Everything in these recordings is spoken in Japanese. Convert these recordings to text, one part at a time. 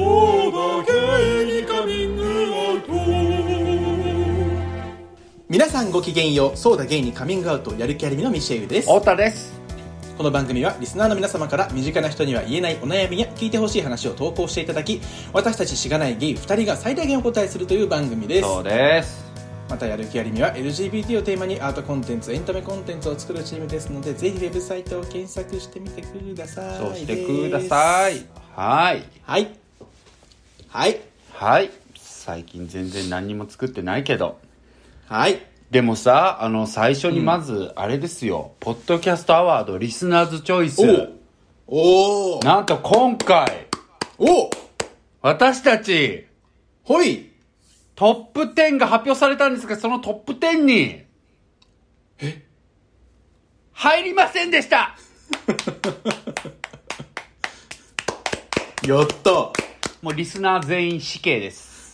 そうだゲイにカミングアウト。皆さんごきげんよう。そうだゲイにカミングアウト、やる気ありみのミシェウです。 太田です。 この番組はリスナーの皆様から身近な人には言えないお悩みや聞いてほしい話を投稿していただき、私たちしがないゲイ2人が最大限お答えするという番組です。 そうです。 またやる気ありみは LGBT をテーマにアートコンテンツ、エンタメコンテンツを作るチームですので、ぜひウェブサイトを検索してみてください。 そうしてください。はいはいはいはい。最近全然何にも作ってないけど、 はい。 でもさ、最初にまずあれですよ、ポッドキャストアワードリスナーズチョイス。 おなんと今回私たちほいトップ10が発表されたんですが、そのトップ10に入りませんでした。 やった。 もうリスナー全員死刑です。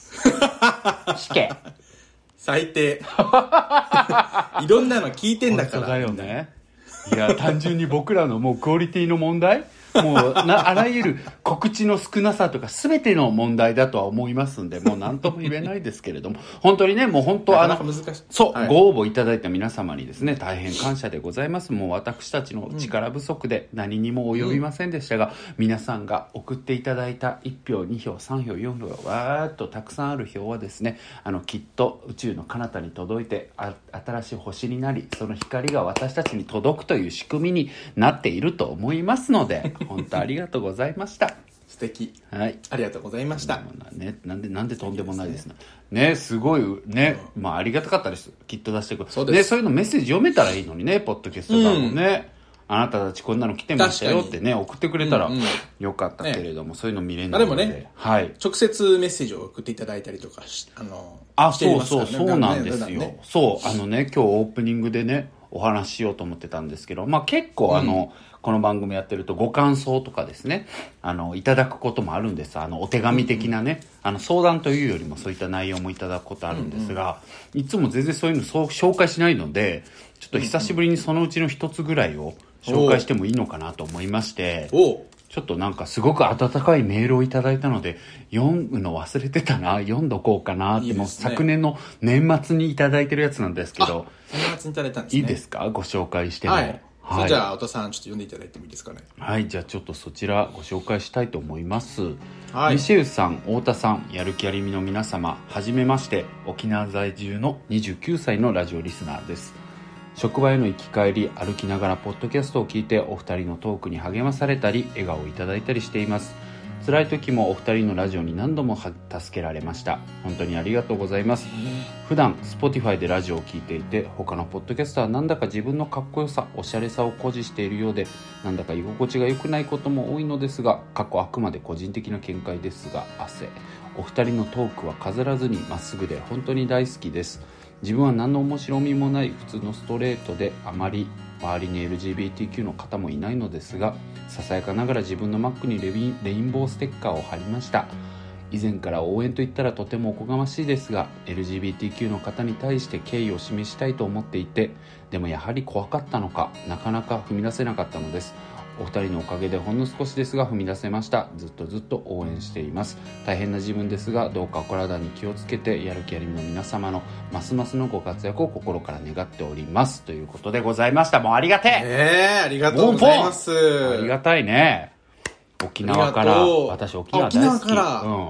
死刑。 最低。いろんなの聞いてんだから。 本当だよね。いや、単純に僕らのもうクオリティの問題、もうあらゆる告知の少なさとか全ての問題だとは思いますんで、もう何とも言えないですけれども、本当にね、もう本当なかなか難しい。 そう、 はい、 ご応募いただいた皆様にですね、大変感謝でございます。もう私たちの力不足で何にも及びませんでしたが、皆さんが送っていただいた1票、2票、3票、4票、わーっとたくさんある票はですね、きっと宇宙の彼方に届いて、新しい星になり、その光が私たちに届くという仕組みになっていると思いますので、本当ありがとうございました。 素敵。 はい。 ありがとうございました。 ね、なんでとんでもないですね。すごいね、まあありがたかったです。きっと出してくる。 そうです。 ね、そういうのメッセージ読めたらいいのにね、ポッドキャストだもんね。あなたたちこんなの来てましたよってね、送ってくれたらよかったけれども、そういうの見れないので。 でもね、 はい。 直接メッセージを送っていただいたりとかそうなんですよ。そう、今日オープニングでね、お話ししようと思ってたんですけど、まあ結構この番組やってるとご感想とかですね、いただくこともあるんです。お手紙的なね、相談というよりもそういった内容もいただくことあるんですが、いつも全然そういうの紹介しないので、ちょっと久しぶりにそのうちの一つぐらいを紹介してもいいのかなと思いまして、ちょっとなんかすごく温かいメールをいただいたので、読むの忘れてたな、読んどこうかなって、もう昨年の年末にいただいてるやつなんですけど、 年末にいただいたんですね。 いいですか、ご紹介しても。 はい。じゃあ、お父さんちょっと読んでいただいてもいいですかね。 はい、じゃあちょっとそちらご紹介したいと思います。 はい。 ミシェウさん、太田さん、やる気ありみの皆様、はじめまして。沖縄在住の29歳のラジオリスナーです。職場への行き帰り、歩きながらポッドキャストを聞いてお二人のトークに励まされたり、笑顔をいただいたりしています。辛い時もお二人のラジオに何度も助けられました。本当にありがとうございます。普段 Spotify でラジオを聞いていて、他のポッドキャストはなんだか自分のかっこよさ、おしゃれさを誇示しているようで、なんだか居心地が良くないことも多いのですが、過去あくまで個人的な見解ですが、お二人のトークは飾らずにまっすぐで本当に大好きです。自分は何の面白みもない普通のストレートで、あまり周りに LGBTQ の方もいないのですが、ささやかながら自分の Mac にレインボーステッカーを貼りました。以前から応援と言ったらとてもおこがましいですが、 LGBTQ の方に対して敬意を示したいと思っていて、でもやはり怖かったのか、なかなか踏み出せなかったのです。お二人のおかげでほんの少しですが踏み出せました。ずっと応援しています。大変な自分ですが、どうかお体に気をつけて、やる気ありみの皆様のますますのご活躍を心から願っております、ということでございました。もうありがてえ。 ありがとうございます。 ありがたいね。沖縄から、私沖縄大好き。 沖縄から、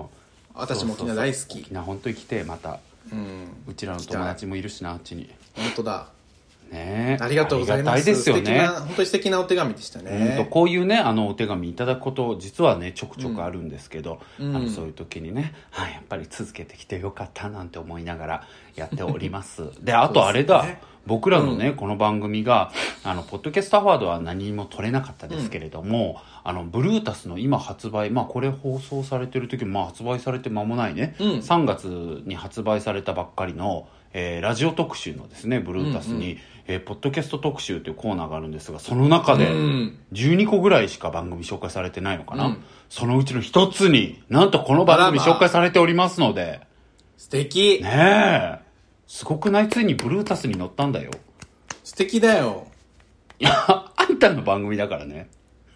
私も沖縄大好き。 沖縄本当に来て、また、うちらの友達もいるしな、あっちに。 本当だね、 ありがとうございます。 ありがたいですよね。 本当に素敵なお手紙でしたね。 こういうね、お手紙いただくこと実はねちょくちょくあるんですけど、そういう時にね、やっぱり続けてきてよかったなんて思いながらやっておりますで、あとあれだ、僕らのね、この番組がポッドキャストアワードは何も取れなかったですけれども、ブルータスの今発売、これ放送されてる時も発売されて間もないね、3月に発売されたばっかりのラジオ特集のですね、ブルータスに、ポッドキャスト特集というコーナーがあるんですが、その中で12個ぐらいしか番組紹介されてないのかな、そのうちの一つになんとこの番組紹介されておりますので、 素敵ねえ、すごくない？ついにブルータスに乗ったんだよ。 素敵だよ。 いや、あんたの番組だからね。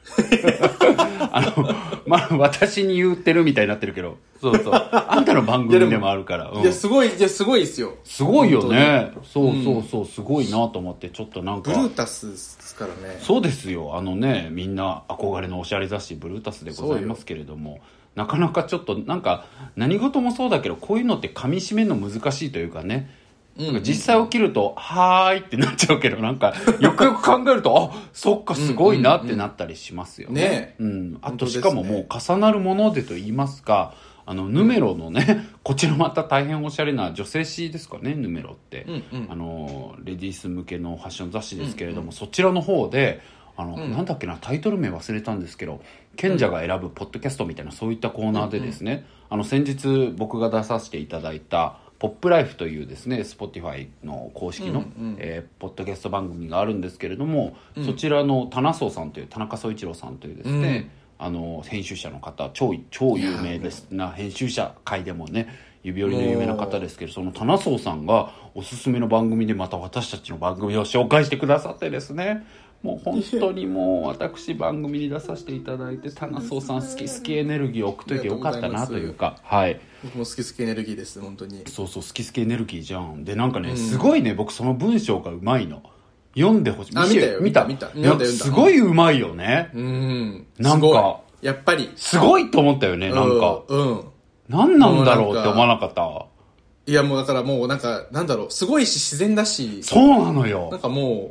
私に言ってるみたいになってるけど、そうそう。あんたの番組でもあるから。 いや、すごいですよ。 すごいよね。そう、すごいなと思って、ちょっとなんか。 ブルータスですからね。 そうですよ。みんな憧れのおしゃれ雑誌、ブルータスでございますけれども、なかなかちょっとなんか、何事もそうだけど、こういうのって噛み締めるの難しいというかね。実際起きると、はーいってなっちゃうけど、なんか、よくよく考えると、あ、そっか、すごいなってなったりしますよね。あと、しかももう重なるものでと言いますか、ヌメロのね、こちらまた大変おしゃれな女性誌ですかね、ヌメロって。レディース向けのファッション雑誌ですけれども、そちらの方で、なんだっけな、タイトル名忘れたんですけど、賢者が選ぶポッドキャストみたいな、そういったコーナーでですね、先日僕が出させていただいた、ポップライフというですね Spotify の公式の、ポッドキャスト番組があるんですけれども、そちらの田中総一郎さんというですね、編集者の方、超有名ですな編集者界でもね指折りの有名な方ですけど、その田中さんがおすすめの番組でまた私たちの番組を紹介してくださってですね、もう本当にもう私番組に出させていただいて、田中さん好きエネルギーを送っといてよかったなというか、はい、 僕も好きエネルギーです、本当に。 そう好きエネルギーじゃん。でなんかね、すごいね、僕その文章がうまいの、読んでほしい。見たすごいうまいよね。なんかやっぱりすごいと思ったよね。なんか何なんだろうって思わなかった？ いやもうだからもうなんかなんだろう、すごいし自然だし、 そうなのよ。 なんかもういやー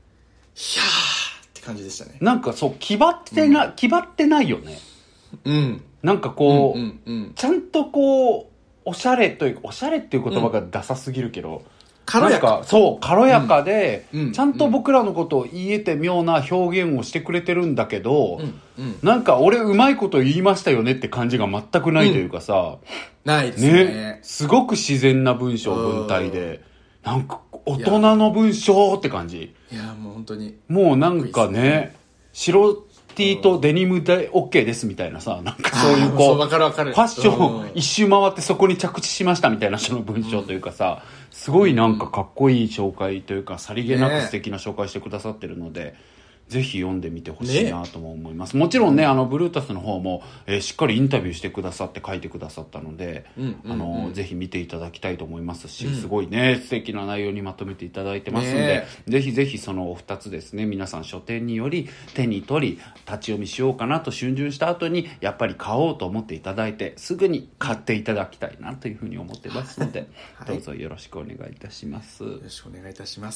って感じでしたね。 なんかそう気張ってないよね。なんかこう、ちゃんとこうおしゃれっていう言葉がダサすぎるけど、軽やかで、ちゃんと僕らのことを言えて妙な表現をしてくれてるんだけど、なんか俺うまいこと言いましたよねって感じが全くないというかさ、 ないですね。 すごく自然な文章文体で、なんか大人の文章って感じ。 いやもう本当にもうなんかね、白 T とデニムで OK ですみたいなさ、なんかそういうこうファッションを一周回ってそこに着地しましたみたいな人の文章というかさ、すごいなんかかっこいい紹介というか、さりげなく素敵な紹介してくださってるので、ぜひ読んでみてほしいなとも思います。もちろんね、ブルータスの方も、しっかりインタビューしてくださって書いてくださったので、ぜひ見ていただきたいと思いますし、すごいね、素敵な内容にまとめていただいてますので、ぜひぜひそのお二つですね、皆さん書店により手に取り、立ち読みしようかなと逡巡した後に、やっぱり買おうと思っていただいて、すぐに買っていただきたいなというふうに思ってますので、どうぞよろしくお願いいたします。 よろしくお願いいたします。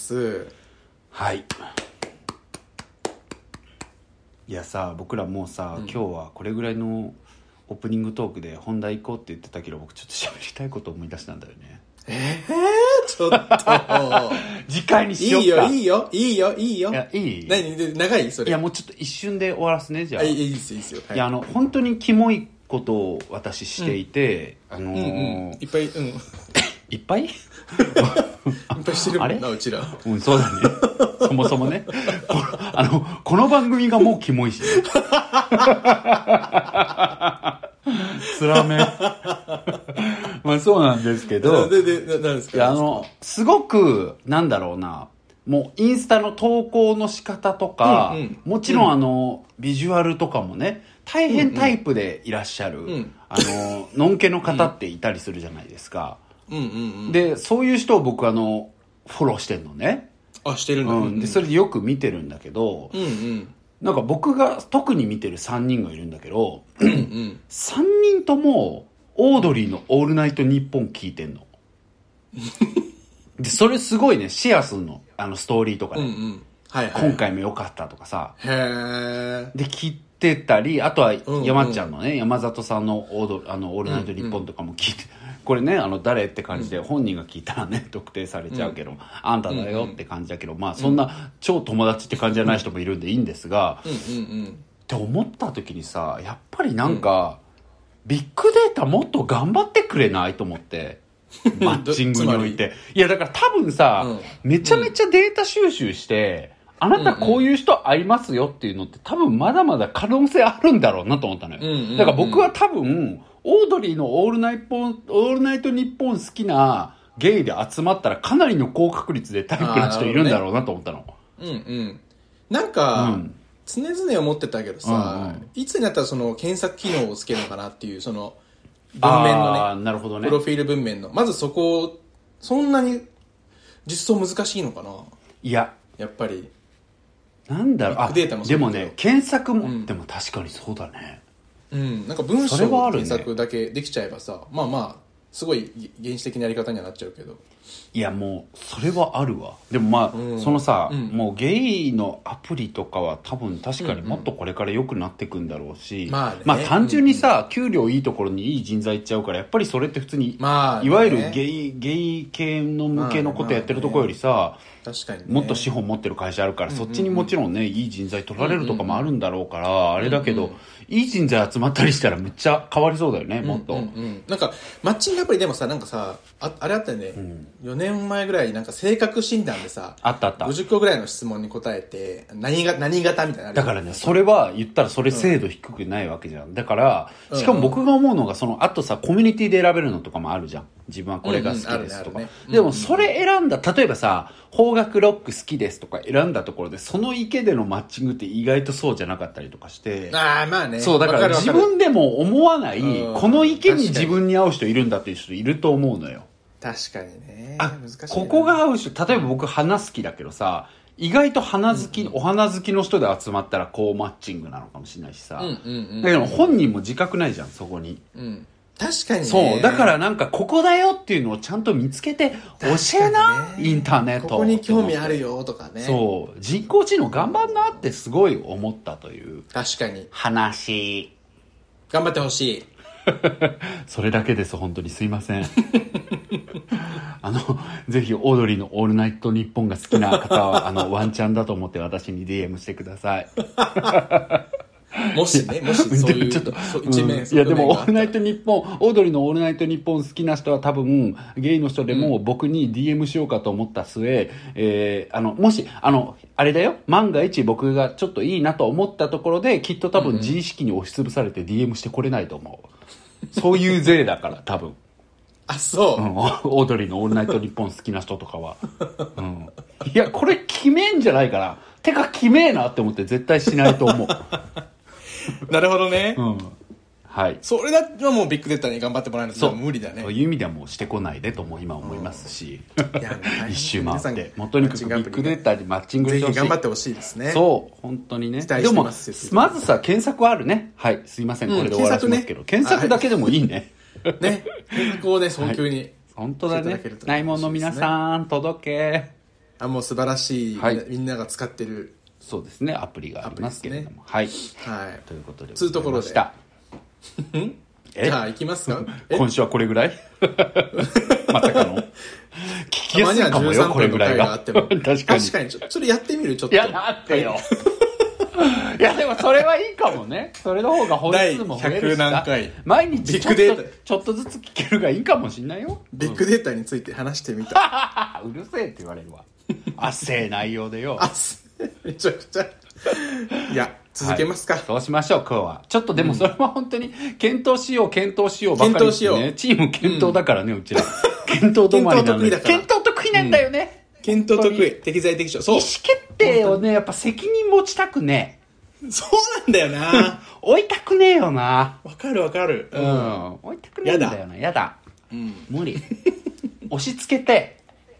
はい。いやさ、僕らもうさ、今日はこれぐらいのオープニングトークで本題行こうって言ってたけど、僕ちょっと喋りたいこと思い出したんだよね。 ちょっと次回にしようか。 いいよ。いやいい何長いそれ。 いやもうちょっと一瞬で終わらすね、じゃあ。 いいですよ。 いや本当にキモいことを私していて、 いっぱいいっぱいいっぱいしてるもんな、うちら。 そうだね。そもそもね。この番組がもうキモいしね。つらめ。まあそうなんですけど。 何ですか？ いやすごく、なんだろうな。もうインスタの投稿の仕方とか、もちろんビジュアルとかもね、大変タイプでいらっしゃる、のんけの方っていたりするじゃないですか。でそういう人を僕フォローしてんのね。 してるんだ。 でそれでよく見てるんだけど、なんか僕が特に見てる3人がいるんだけど、3人ともオードリーの「オールナイトニッポン」聞いてんの。でそれすごいね、シェアすんの、ストーリーとかで、今回も良かったとかさ。で聞いてたり、あとは山ちゃんのね、山里さんのオールナイトニッポンとかも聞いて、これね、誰って感じで、本人が聞いたらね、特定されちゃうけど、あんただよって感じだけど、まあそんな超友達って感じじゃない人もいるんでいいんですが、って思った時にさ、やっぱりなんか、ビッグデータもっと頑張ってくれないと思って、マッチングにおいて。いやだから多分さ、めちゃめちゃデータ収集して、あなたこういう人合いますよっていうのって多分まだまだ可能性あるんだろうなと思ったのよ。だから僕は多分、オードリーのオールナイトニッポン好きなゲイで集まったらかなりの高確率でタイプの人いるんだろうなと思ったの。 なんか、 常々思ってたけどさ、いつになったらその検索機能をつけるのかなっていう、その文面のね、 なるほどね、 プロフィール文面のまずそこを、そんなに実装難しいのかな。 いややっぱりなんだろう、 ビッグデータもそうでもね検索も、 うん、 でも確かにそうだね。 なんか文章の検索だけできちゃえばさ、まあすごい原始的なやり方にはなっちゃうけど。 いやもうそれはあるわ。でもそのさ、もうゲイのアプリとかは多分確かにもっとこれから良くなっていくんだろうし、単純にさ、給料いいところにいい人材いっちゃうから、やっぱりそれって普通に、いわゆるゲイ系の向けのことやってるところよりさ、 確かにもっと資本持ってる会社あるから、そっちにもちろんねいい人材取られるとかもあるんだろうから、あれだけど、いい人材集まったりしたらめっちゃ変わりそうだよね、もっと。 なんかマッチングアプリでもさ、なんかさ、あれあったよね、4年前ぐらいなんか性格診断でさ、 あった 50個ぐらいの質問に答えて何型みたいな。 だからね、それは言ったらそれ精度低くないわけじゃん。だからしかも僕が思うのが、そのあとさ、コミュニティで選べるのとかもあるじゃん。自分はこれが好きですとか。でもそれ選んだ、例えばさ、邦楽ロック好きですとか選んだところで、その池でのマッチングって意外とそうじゃなかったりとかして。 まあね。 そう、だから自分でも思わない、この池に自分に合う人いるんだっていう人いると思うのよ。 確かにね。難しい。 ここが合う人、例えば僕花好きだけどさ、意外と花好き、お花好きの人で集まったらこうマッチングなのかもしれないしさ。だけど本人も自覚ないじゃん、そこに。 確かにね。 そう。だからなんかここだよっていうのをちゃんと見つけて教えな、インターネット。 ここに興味あるよとかね。 そう。人工知能頑張んなってすごい思ったという。 確かに。 話。 頑張ってほしい。 それだけです、本当にすいません。ぜひオードリーのオールナイトニッポンが好きな方は、ワンチャンだと思って私に DM してください。 もしそういうちょっと一面、 いやでもオールナイトニッポン、オードリーのオールナイトニッポン好きな人は多分ゲイの人でも僕に DM しようかと思った末、もしあれだよ、万が一僕がちょっといいなと思ったところで、きっと多分自意識に押しつぶされて DM してこれないと思う。そういう税だから多分。 そう、 オードリーのオールナイトニッポン好きな人とかは、いやこれ決めんじゃないかな、てか決めえなって思って絶対しないと思う。 なるほどね。 はい。 それだともうビッグデータに頑張ってもらえないと無理だね。 そういう意味ではもうしてこないでとも今思いますし、一周回ってもうとにかくビッグデータにマッチングしてほしい。 ぜひ頑張ってほしいですね。 そう本当にね。 でもまずさ検索はあるね。はい、すいません、これで終わらせますけど、検索だけでもいいね。 ね、検索をね早急に。 本当だね。ないもの皆さん届け。 もう素晴らしい、みんなが使ってる。 そうですね、アプリがありますけれども、はい、ということでつうところでじゃあ行きますか。 今週はこれぐらい。まさかの聞きやすいかもよ、これぐらいが。確かにちょっとやってみる。ちょっといやなってよ。いやでもそれはいいかもね。それの方が本数も増えるしさ、毎日ちょっとずつ聞けるがいいかもしんないよ。 ビッグデータについて話してみた。 うるせえって言われるわ。あっせえ内容でよ。 めちゃくちゃ。いや続けますか、 そうしましょう。今日はちょっとでもそれは本当に検討しようばかりですね。チーム検討だからね、うちら検討止まりなんで。検討得意なんだよね。 検討得意、適材適所。 そう、意思決定をねやっぱ責任持ちたくねえ。そうなんだよな。 追いたくねえよな。 わかる。 追いたくねえんだよな。やだ。無理。押し付けて。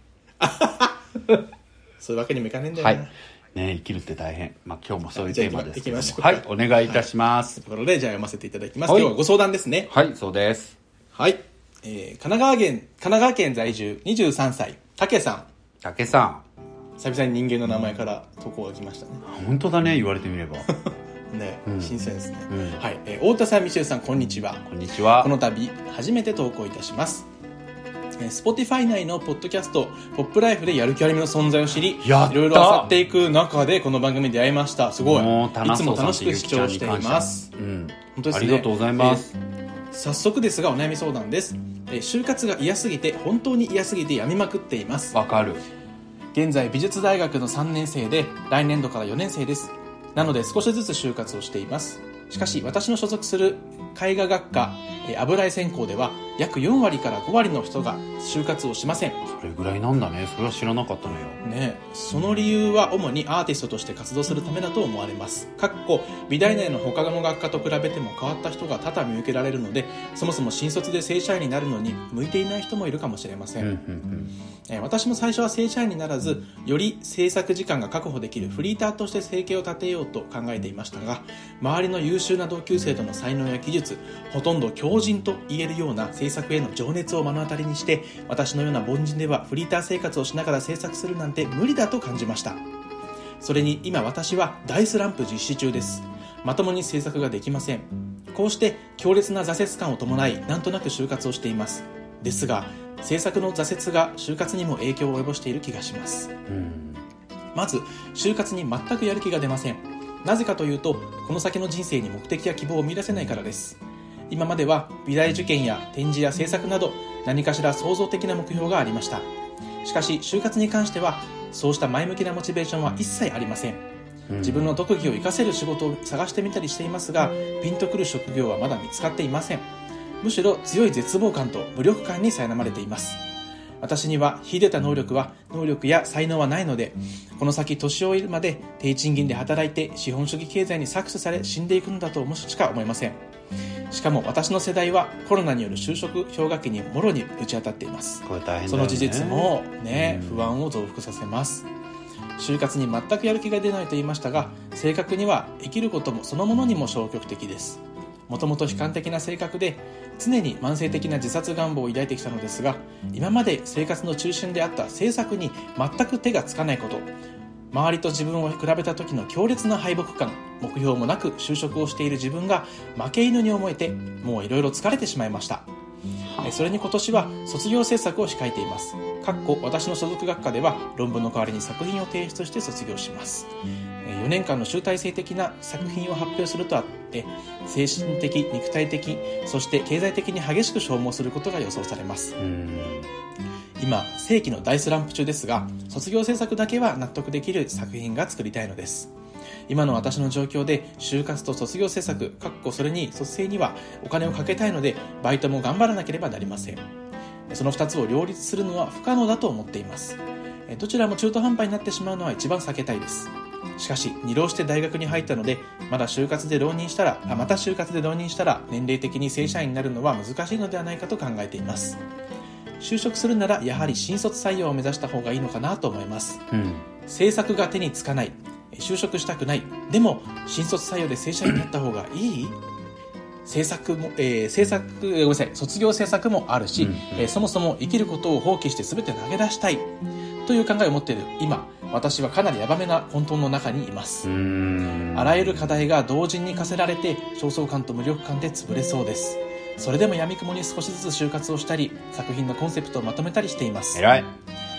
そういうわけにもいかねえんだよな。 ね、生きるって大変。今日もそういうテーマですけども。はい、お願いいたします。 というところでじゃあ読ませていただきます。今日はご相談ですね。 はい、そうです。 はい、神奈川県在住23歳たけさん。久々に人間の名前から投稿が来ましたね。 本当だね、言われてみれば。 ね、新鮮ですね。はい、太田さん、みしゅうさん、こんにちは。 こんにちは。 この度初めて投稿いたします。Spotify 内のポッドキャストポップライフでやる気ありみの存在を知り、いろいろ漁っていく中でこの番組に出会いました。すごい、いつも楽しく視聴しています。本当ですね、 ありがとうございます。 早速ですがお悩み相談です。就活が嫌すぎて、本当に嫌すぎて病みまくっています。 わかる。 現在美術大学の3年生で来年度から4年生です。なので少しずつ就活をしています。 しかし私の所属する絵画学科油絵専攻では約4割から5割の人が就活をしません。 それぐらいなんだね。それは知らなかったのよ。 ね、その理由は主にアーティストとして活動するためだと思われます。美大内の他の学科と比べても変わった人が多々見受けられるので、そもそも新卒で正社員になるのに向いていない人もいるかもしれません。私も最初は正社員にならず、より制作時間が確保できるフリーターとして生計を立てようと考えていましたが、周りの優秀な同級生との才能や技術、ほとんど強靭と言えるような制作への情熱を目の当たりにして、私のような凡人ではフリーター生活をしながら制作するなんて無理だと感じました。それに今私は大スランプ実施中です。まともに制作ができません。こうして強烈な挫折感を伴い、なんとなく就活をしています。ですが制作の挫折が就活にも影響を及ぼしている気がします。まず就活に全くやる気が出ません。なぜかというと、この先の人生に目的や希望を見出せないからです。今までは美大受験や展示や制作など何かしら創造的な目標がありました。しかし就活に関してはそうした前向きなモチベーションは一切ありません。自分の特技を活かせる仕事を探してみたりしていますが、ピンとくる職業はまだ見つかっていません。むしろ強い絶望感と無力感に苛まれています。私には秀でた能力や才能はないので、この先年老いるまで低賃金で働いて資本主義経済に搾取され死んでいくのだとしか思えません。しかも私の世代はコロナによる就職氷河期にもろにぶち当たっています。 これ大変だよね。 その事実も不安を増幅させます。就活に全くやる気が出ないと言いましたが、正確には生きることもそのものにも消極的です。もともと悲観的な性格で常に慢性的な自殺願望を抱いてきたのですが、今まで生活の中心であった制作に全く手がつかないこと、周りと自分を比べた時の強烈な敗北感、目標もなく就職をしている自分が負け犬に思えて、もういろいろ疲れてしまいました。それに今年は卒業制作を控えています。私の所属学科では論文の代わりに作品を提出して卒業します。4年間の集大成的な作品を発表するとあって、精神的、肉体的、そして経済的に激しく消耗することが予想されます。今世紀の大スランプ中ですが、卒業制作だけは納得できる作品が作りたいのです。今の私の状況で就活と卒業制作、それに卒生にはお金をかけたいので、バイトも頑張らなければなりません。その2つを両立するのは不可能だと思っています。どちらも中途半端になってしまうのは一番避けたいです。しかし2浪して大学に入ったので、また就活で浪人したら年齢的に正社員になるのは難しいのではないかと考えています。就職するならやはり新卒採用を目指した方がいいのかなと思います。制作が手につかない、就職したくない、でも新卒採用で正社員になった方がいい？卒業制作もあるし、そもそも生きることを放棄して全て投げ出したいという考えを持っている今、私はかなりヤバめな混沌の中にいます。あらゆる課題が同時に課せられて、焦燥感と無力感で潰れそうです。それでも闇雲に少しずつ就活をしたり、作品のコンセプトをまとめたりしています。偉い。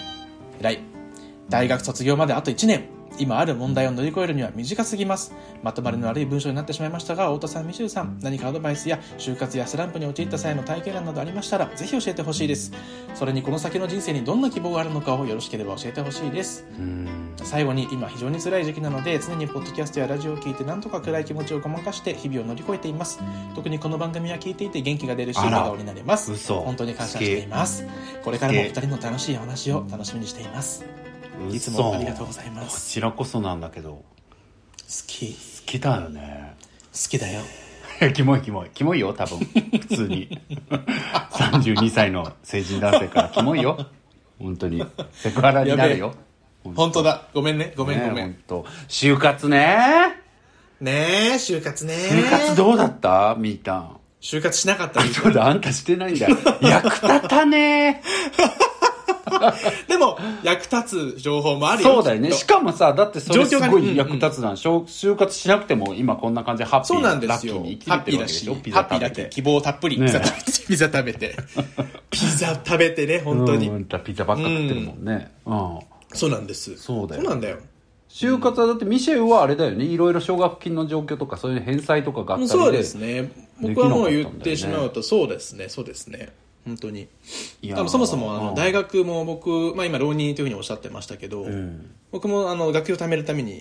大学卒業まであと1年。今ある問題を乗り越えるには短すぎます。まとまりの悪い文章になってしまいましたが、太田さん、ミシューさん、何かアドバイスや就活やスランプに陥った際の体験談などありましたら、ぜひ教えてほしいです。それにこの先の人生にどんな希望があるのかをよろしければ教えてほしいです。最後に、今非常に辛い時期なので、常にポッドキャストやラジオを聞いて何とか暗い気持ちをごまかして日々を乗り越えています。特にこの番組は聞いていて元気が出るし、笑顔になれます。本当に感謝しています。これからもお二人の楽しいお話を楽しみにしています。いつもありがとうございます。 こちらこそなんだけど、好きだよね。 好きだよ。 キモいよ、多分普通に32歳の成人男性からキモいよ、本当にセクハラになるよ。 本当だ、ごめん。 本当。就活ね。 就活どうだったみーたん。 就活しなかった。 そうだ、あんたしてないんだ。役立たねでも役立つ情報もあるよ。 そうだよね。しかもさ、だってそれすごい役立つな。就活しなくても今こんな感じでハッピーラッキーに生きれてるわけでしょ。 ハッピーだし、希望たっぷり、ピザ食べてね、本当に。 ピザばっか食ってるもんね。 そうなんです。そうなんだよ。 就活はだってミシェルはあれだよね、いろいろ奨学金の状況とかそういう返済とかがあったりで。 そうですね。僕はもう言ってしまうと、そうですね。本当に。そもそも大学も僕、今浪人というふうにおっしゃってましたけど、僕も学費を貯めるために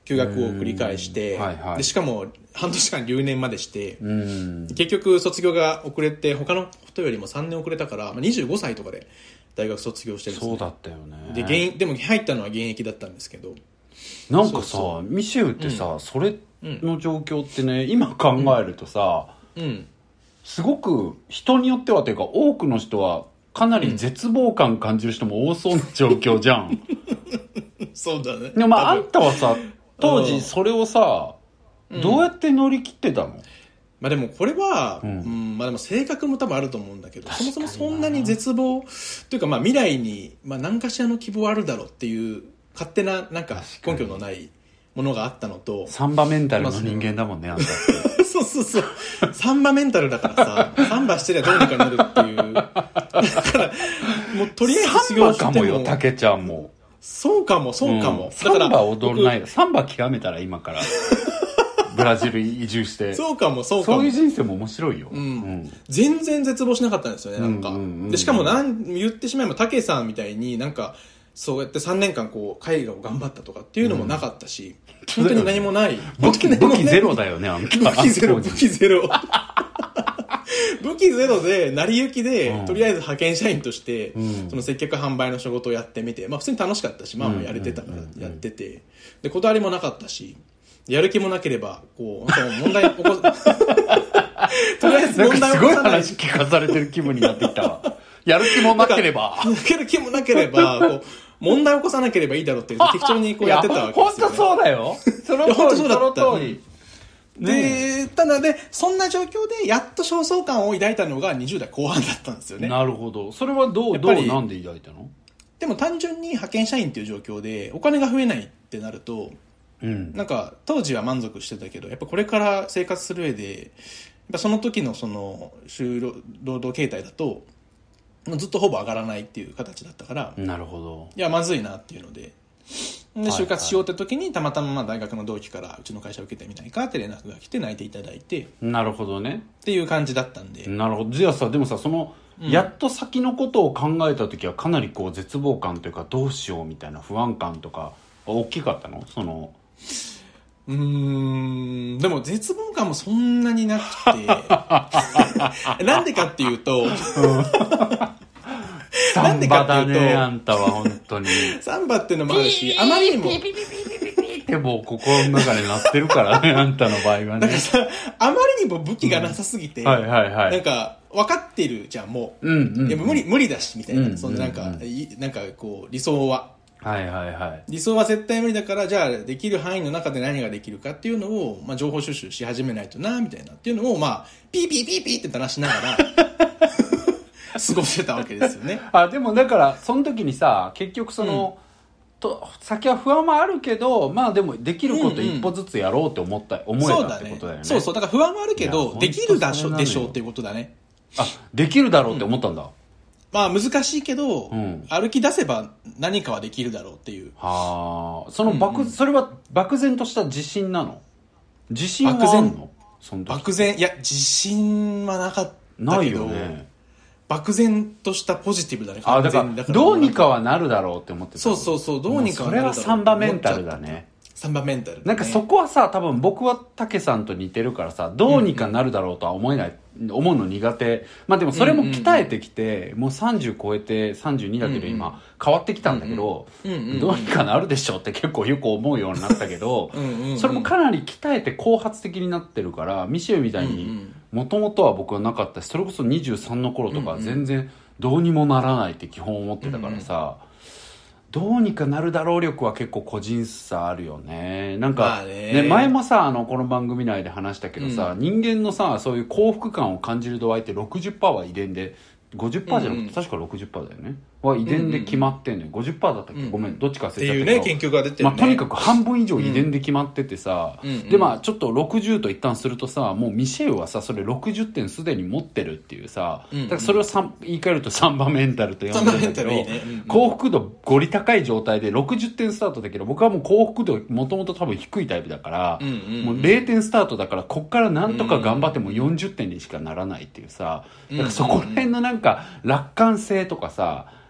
休学を繰り返して、はいはい、でしかも半年間留年までして、結局卒業が遅れて他の人よりも3年遅れたから、25歳とかで大学卒業してるんですね。 そうだったよね。 でも入ったのは現役だったんですけど、 なんかさミシェウってさ、それの状況ってね、今考えるとさ、すごく人によってはというか多くの人はかなり絶望感感じる人も多そうな状況じゃん。 そうだね。 でもあんたはさ当時それをさ、どうやって乗り切ってたの？ でもこれは、でも性格も多分あると思うんだけど、そもそもそんなに絶望というか、未来に、何かしらの希望あるだろうっていう勝手ななんか根拠のないものがあったのと、 サンバメンタルの人間だもんね、あんたってそうサンバメンタルだからさ、サンバしてりゃどうにかなるっていうだからもうとりあえず卒業してもサンバかもよ、たけちゃんも。 そうかも、 サンバ踊らない。サンバ極めたら今からブラジル移住して。 そうかも。 そういう人生も面白いよ。 全然絶望しなかったんですよね、なんか。で、しかも言ってしまえば、たけさんみたいになんか、そうやって3年間こう、絵画を頑張ったとかっていうのもなかったし、本当に何もない。 武器ゼロだよね、あんた。 武器ゼロ。武器ゼロで、成り行きで、とりあえず派遣社員として、その接客販売の仕事をやってみて、普通に楽しかったし、やれてたからやってて、で、こだわりもなかったし、やる気もなければ、こう、問題起こす。とりあえず問題起こさない。 すごい話聞かされてる気分になってきたわ。やる気もなければ。 やる気もなければ、こう、問題起こさなければいいだろうって適当にこうやってたわけですよ、 本当そうだよ。その通り、その通り。 で、ただで、そんな状況でやっと焦燥感を抱いたのが20代後半だったんですよね。 なるほど。それはなんで抱いたの？ でも単純に派遣社員っていう状況でお金が増えないってなると、なんか当時は満足してたけど、やっぱこれから生活する上で、やっぱその時のその労働形態だとずっとほぼ上がらないっていう形だったから、 なるほど。 いやまずいなっていうので、就活しようって時にたまたま大学の同期からうちの会社受けてみないかって連絡が来て内定いただいて、 なるほどねっていう感じだったんで。 なるほど。じゃあさ、でもさ、その、やっと先のことを考えた時はかなりこう絶望感というかどうしようみたいな不安感とか大きかったの？そのでも絶望感もそんなになくてなんでかっていうとサンバだね、あんたは本当にサンバっていうのもあるし、あまりにもでも心の中で鳴ってるからねあんたの場合はね。 だからさ、あまりにも武器がなさすぎて、なんか分かってるじゃんもう、でも無理だしみたいな、そんななんかこう理想は理想は絶対無理だから、じゃあできる範囲の中で何ができるかっていうのを、情報収集し始めないとなみたいなっていうのをピーピーピーピーって鳴らしながら過ごしてたわけですよね。 でもだからその時にさ、結局その、先は不安もあるけど、でもできること一歩ずつやろうって思えたってことだよね。 そうだから不安はあるけどできるでしょっていうことだね。 できるだろうって思ったんだ。 難しいけど、歩き出せば何かはできるだろうっていう。 それは漠然とした自信なの？自信はあるの？ 漠然、いや自信はなかったけど、 ないよね。 漠然としたポジティブだね。 だからどうにかはなるだろうって思ってた。 そうどうにかはなるだろう。 それはサンバメンタルだね。 サンバメンタル、ね、 なんかそこはさ、多分僕はタケさんと似てるからさ、どうにかなるだろうとは思うの苦手。でもそれも鍛えてきて、もう30超えて32だけど今変わってきたんだけど、どうにかなるでしょって結構よく思うようになったけど、それもかなり鍛えて後発的になってるから、ミシェルみたいにもともとは僕はなかったし、それこそ23の頃とか全然どうにもならないって基本思ってたからさ、どうにかなるだろう力は結構個人差あるよね。なんか、前もさ、この番組内で話したけどさ、人間のさ、そういう幸福感を感じる度合いって 60% は遺伝で、50% じゃなくて確か 60% だよね。は遺伝で決まってんのよ。50% だったっけ、ごめん、どっちか忘れちゃったけど。 っていうね、研究が出てるね。 とにかく半分以上遺伝で決まっててさ、でちょっと60と一旦するとさ、もうミシェルはさ、それ60点すでに持ってるっていうさ、だからそれを言い換えるとサンバメンタルと呼んでるんだけど、幸福度ゴリ高い状態で60点スタートだけど、僕はもう幸福度もともと多分低いタイプだから、もう0点スタートだから、こっからなんとか頑張っても40点にしかならないっていうさ、だからそこら辺のなんか楽観性とかさ、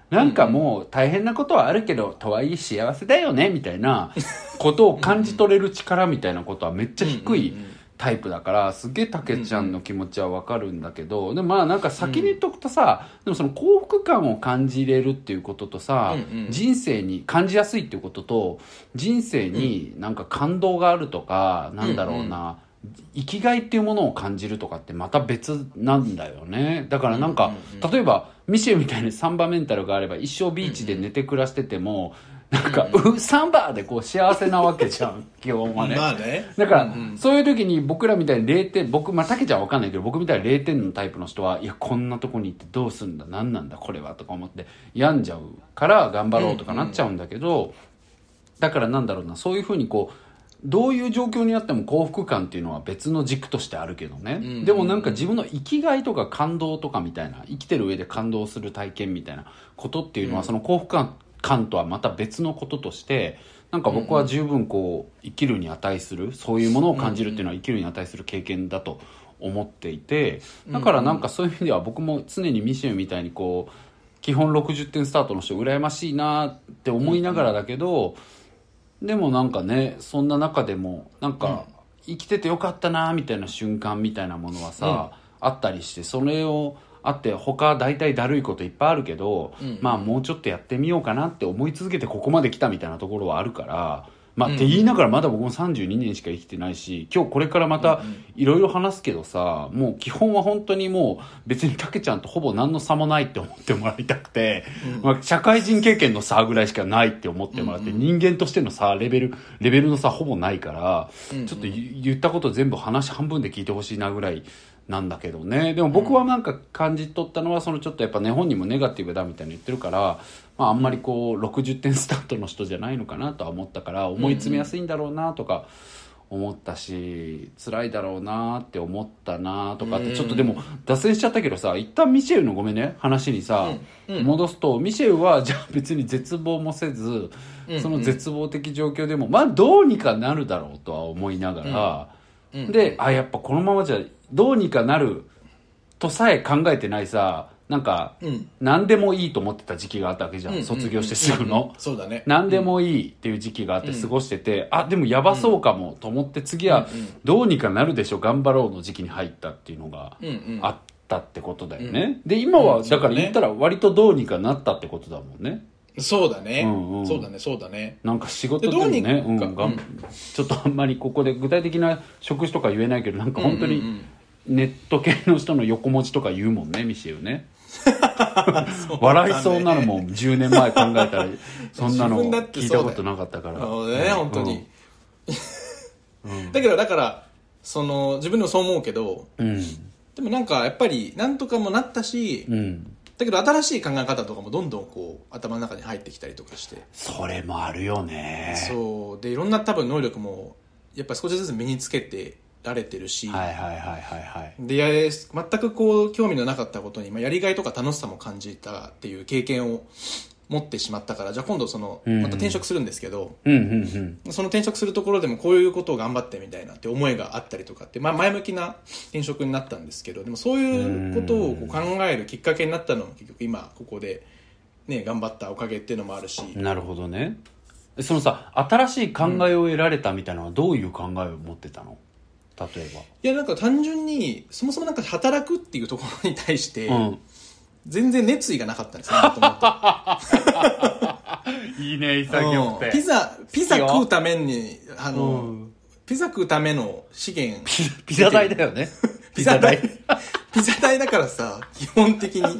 なんかもう大変なことはあるけど、とはいえ幸せだよねみたいなことを感じ取れる力みたいなことはめっちゃ低いタイプだから、すげえたけちゃんの気持ちはわかるんだけど、でもまあなんか先に言っとくとさ、でもその幸福感を感じれるっていうこととさ、人生に感じやすいっていうことと、人生になんか感動があるとか、なんだろうな、生きがいっていうものを感じるとかってまた別なんだよね。だからなんか、例えばミシェルみたいにサンバメンタルがあれば一生ビーチで寝て暮らしてても、なんか、サンバーでこう幸せなわけじゃん、基本はね。 まあね。 だから、そういう時に僕らみたいに0点、まあ、たけちゃんはわかんないけど、僕みたいに0点のタイプの人は、いや、こんなとこに行ってどうすんだ、何なんだ、これは、とか思って、病んじゃうから頑張ろうとかなっちゃうんだけど、だからなんだろうな、そういう風にこう、どういう状況にあっても幸福感っていうのは別の軸としてあるけどね、でもなんか自分の生きがいとか感動とかみたいな、生きてる上で感動する体験みたいなことっていうのは、その幸福感とはまた別のこととして、なんか僕は十分こう生きるに値する、そういうものを感じるっていうのは生きるに値する経験だと思っていて、だからなんかそういう意味では僕も常にミシェルみたいにこう基本60点スタートの人羨ましいなって思いながらだけど、でもなんかね、そんな中でもなんか生きててよかったなみたいな瞬間みたいなものはさ、あったりして、それをあって他大体だるいこといっぱいあるけど、まあもうちょっとやってみようかなって思い続けてここまで来たみたいなところはあるから、まあって言いながらまだ僕も32年しか生きてないし、今日これからまたいろいろ話すけどさ、もう基本は本当にもう別にたけちゃんとほぼ何の差もないって思ってもらいたくて、まあ社会人経験の差ぐらいしかないって思ってもらって、人間としての差、レベルの差ほぼないから、ちょっと言ったこと全部話半分で聞いてほしいなぐらいなんだけどね。でも僕はなんか感じ取ったのは、そのちょっとやっぱね、本人もネガティブだみたいに言ってるから、まああんまりこう60点スタートの人じゃないのかなとは思ったから、思い詰めやすいんだろうなとか思ったし、辛いだろうなって思ったなとかって、ちょっとでも脱線しちゃったけどさ、一旦ミシェルのごめんね話にさ、戻すと、ミシェルはじゃあ別に絶望もせず、その絶望的状況でもまあどうにかなるだろうとは思いながら、で、やっぱこのままじゃどうにかなるとさえ考えてないさ、なんか、何でもいいと思ってた時期があったわけじゃん、卒業してすぐの。 そうだね。 何でもいいっていう時期があって過ごしてて、でもやばそうかもと思って、次はどうにかなるでしょ、頑張ろうの時期に入ったっていうのがあったってことだよね。で、今はだから言ったら割とどうにかなったってことだもんね。 そうだね。そうだね。 なんか仕事でもね、ちょっとあんまりここで具体的な職種とか言えないけど、なんか本当にネット系の人の横文字とか言うもんね、ミシェルね。笑いそうなのも10年前考えたらそんなの聞いたことなかったから。 そうだね、本当に。だからその自分でもそう思うけど、でもなんかやっぱりなんとかもなったし、だけど新しい考え方とかもどんどんこう頭の中に入ってきたりとかして、 それもあるよね。 そうで、いろんな多分能力もやっぱ少しずつ身につけてられてるし、で全くこう興味のなかったことに、やりがいとか楽しさも感じたっていう経験を持ってしまったから、じゃあ今度そのまた転職するんですけど、その転職するところでもこういうことを頑張ってみたいなって思いがあったりとかって、前向きな転職になったんですけど、でもそういうことをこう考えるきっかけになったのも結局今ここでね頑張ったおかげっていうのもあるし。 なるほどね。そのさ、新しい考えを得られたみたいなのはどういう考えを持ってたの？例えば。いや、なんか単純にそもそもなんか働くっていうところに対して、全然熱意がなかったんですね、もともと。いいね、潔くて。 ピザ食うためにピザ食うための資源ピザ代だよね。 ピザ代だからさ、基本的に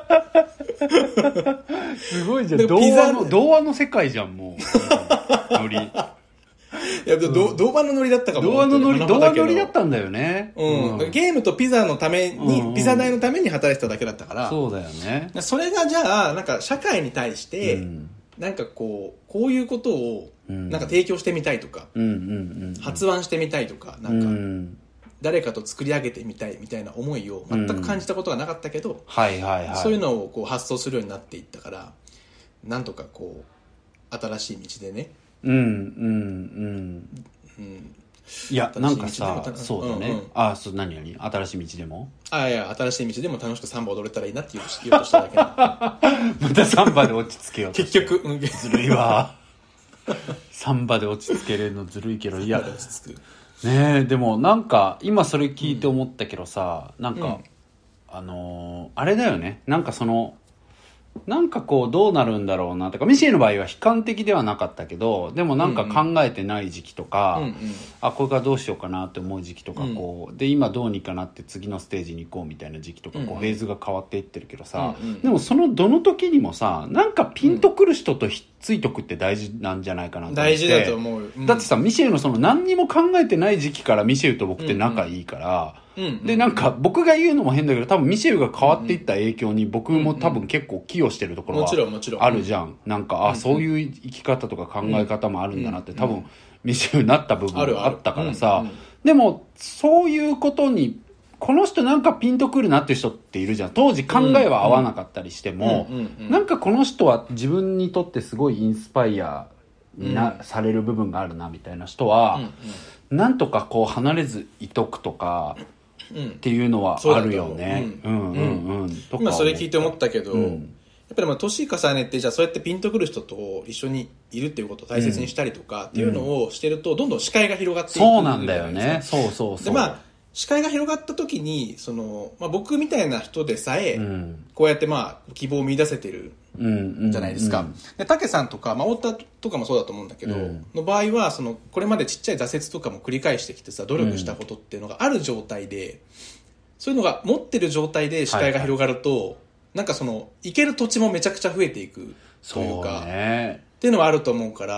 すごいじゃん。童話の世界じゃん、もう。ノリ。 いや、童話のノリだったかも。 童話のノリだったんだよね。 ゲームとピザのために、ピザ代のために働いてただけだったから。 そうだよね。 それがじゃあ、なんか社会に対して、なんかこういうことを、なんか提供してみたいとか、発案してみたいとか、なんか、誰かと作り上げてみたいみたいな思いを全く感じたことがなかったけど、そういうのをこう発想するようになっていったから、なんとかこう、新しい道でね、 いやなんかさそうだね、何新しい道でもいや新しい道でも楽しくサンバ踊れたらいいなって言おうとしただけまたサンバで落ち着けようと結局、 ずるいわサンバで落ち着けれるのずるいけど、いやねえでもなんか今それ聞いて思ったけどさ、なんか、あれだよね、なんかなんかこうどうなるんだろうなとか、ミシェルの場合は悲観的ではなかったけど、でもなんか考えてない時期とか、これからどうしようかなって思う時期とか、こうで今どうにかなって次のステージに行こうみたいな時期とか、こうフェーズが変わっていってるけどさ、でもそのどの時にもさ、なんかピンとくる人とひっついとくって大事なんじゃないかなと思って。 大事だと思う、 だってさ、ミシェルの何にも考えてない時期からミシェルと僕って仲いいから、でなんか僕が言うのも変だけど、多分ミシェルが変わっていった影響に僕も多分結構寄与してるところはあるじゃん。なんかそういう生き方とか考え方もあるんだなって多分ミシェルになった部分があったからさ、でもそういうことにこの人なんかピンとくるなっていう人っているじゃん。当時考えは合わなかったりしても、なんかこの人は自分にとってすごいインスパイアされる部分があるなみたいな人は、なんとかこう離れずいとくとかっていうのはあるよね。 今それ聞いて思ったけど、やっぱり年重ねて、じゃあそうやってピンとくる人と一緒にいるっていうことを大切にしたりとかっていうのをしてると、どんどん視界が広がっていく。 そうなんだよね。そうで視界が広がった時に僕みたいな人でさえ、こうやって希望を見出せてるじゃないですか。で武さんとか、太田とかもそうだと思うんだけど、の場合はこれまでちっちゃい挫折とかも繰り返してきてさ、努力したことっていうのがある状態で、そういうのが持ってる状態で視界が広がると、なんか行ける土地もめちゃくちゃ増えていくというか、っていうのはあると思うから、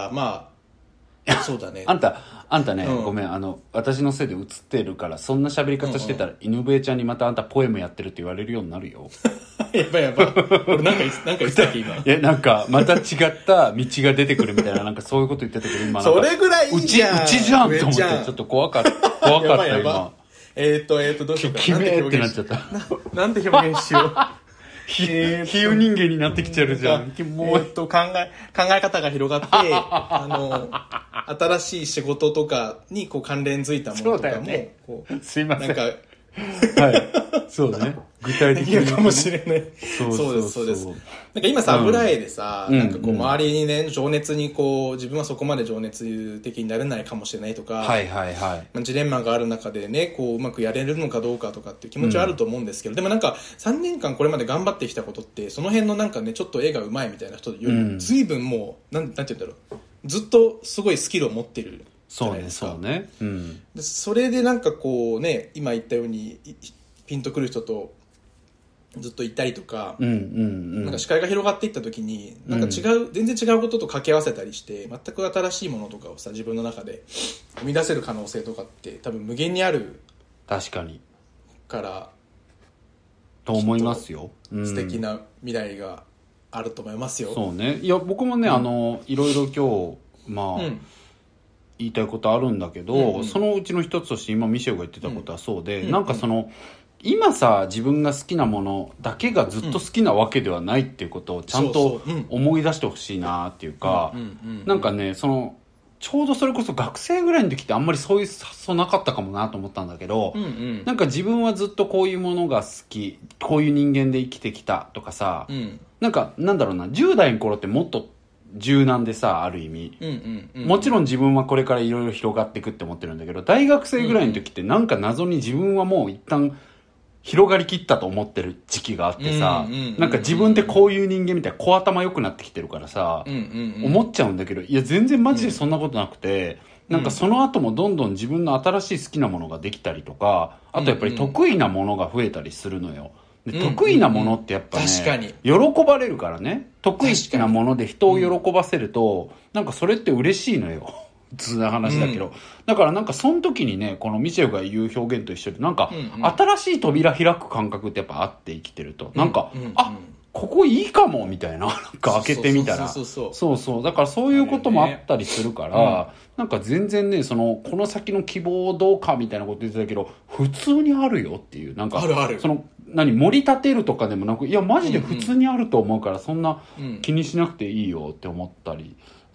そうだね。 あんたね、ごめん、私のせいで映ってるから、そんな喋り方してたら、犬笛ちゃんにまたあんたポエムやってるって言われるようになるよ。 やばい。俺なんか言ってたっけ今。 なんか、また違った道が出てくるみたいな、なんかそういうこと言ってたけど、今なんか。 それぐらいいいじゃん。 うちじゃんと思って、ちょっと怖かった、今。 どうしようか。 決めってなっちゃった。 なんて表現しよう。 比喩人間になってきちゃうじゃん。 もう考え方が広がって、新しい仕事とかに関連づいたものとかも、 すいません。 なんか、 はい。そうだね。具体的に。 かもしれない。そうです。なんか今さ、油絵でさ、なんか周りにね、情熱に自分はそこまで情熱的になれないかもしれないとか、ジレンマがある中でね、うまくやれるのかどうかとかっていう気持ちはあると思うんですけど、でもなんか3年間これまで頑張ってきたことって、その辺のなんかね、ちょっと絵が上手いみたいな人より、随分もう、なんて言うんだろう、ずっとすごいスキルを持ってる。 そうね。 でそれでなんか今言ったようにピンとくる人とずっといたりとか、なんか視界が広がっていった時になんか全然違うことと掛け合わせたりして、全く新しいものとかをさ、自分の中で生み出せる可能性とかって多分無限にある。 確かに。 からと思いますよ。 素敵な未来があると思いますよ。 そうね。いや僕もね、いろいろ今日言いたいことあるんだけど、そのうちの一つとして今ミシェルが言ってたことはそうで、なんか今さ自分が好きなものだけがずっと好きなわけではないっていうことをちゃんと思い出してほしいなっていうか、なんかね、ちょうどそれこそ学生ぐらいの時ってあんまりそういう発想なかったかもなと思ったんだけど、なんか自分はずっとこういうものが好き、こういう人間で生きてきたとかさ、なんかなんだろうな、10代の頃ってもっと柔軟でさ、ある意味、もちろん自分はこれからいろいろ広がっていくって思ってるんだけど、大学生ぐらいの時ってなんか謎に自分はもう一旦広がりきったと思ってる時期があってさ、なんか自分ってこういう人間みたいな小頭良くなってきてるからさ、思っちゃうんだけど、いや全然マジでそんなことなくて、なんかその後もどんどん自分の新しい好きなものができたりとか、あとやっぱり得意なものが増えたりするのよ。で得意なものってやっぱね、 確かに喜ばれるからね。得意なもので人を喜ばせると、なんかそれって嬉しいのよ。普通な話だけど、だからなんかその時にね、このミシェルが言う表現と一緒で、なんか新しい扉開く感覚ってやっぱあって生きてると、なんかここいいかもみたいな、なんか開けてみたら、そうだからそういうこともあったりするから、なんか全然ね、この先の希望どうかみたいなこと言ってたけど、普通にあるよっていう、なんか盛り立てるとかでもなく、いやマジで普通にあると思うから、そんな気にしなくていいよって思ったり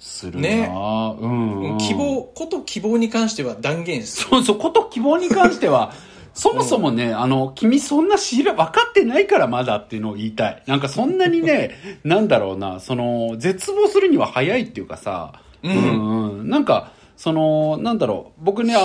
するな、 ね、 希望こと希望に関しては断言する。そうこと希望に関してはそもそもね、君そんな分かってないからまだっていうのを言いたい。なんかそんなにね、なんだろうな、絶望するには早いっていうかさ、なんか、なんだろう、僕ね、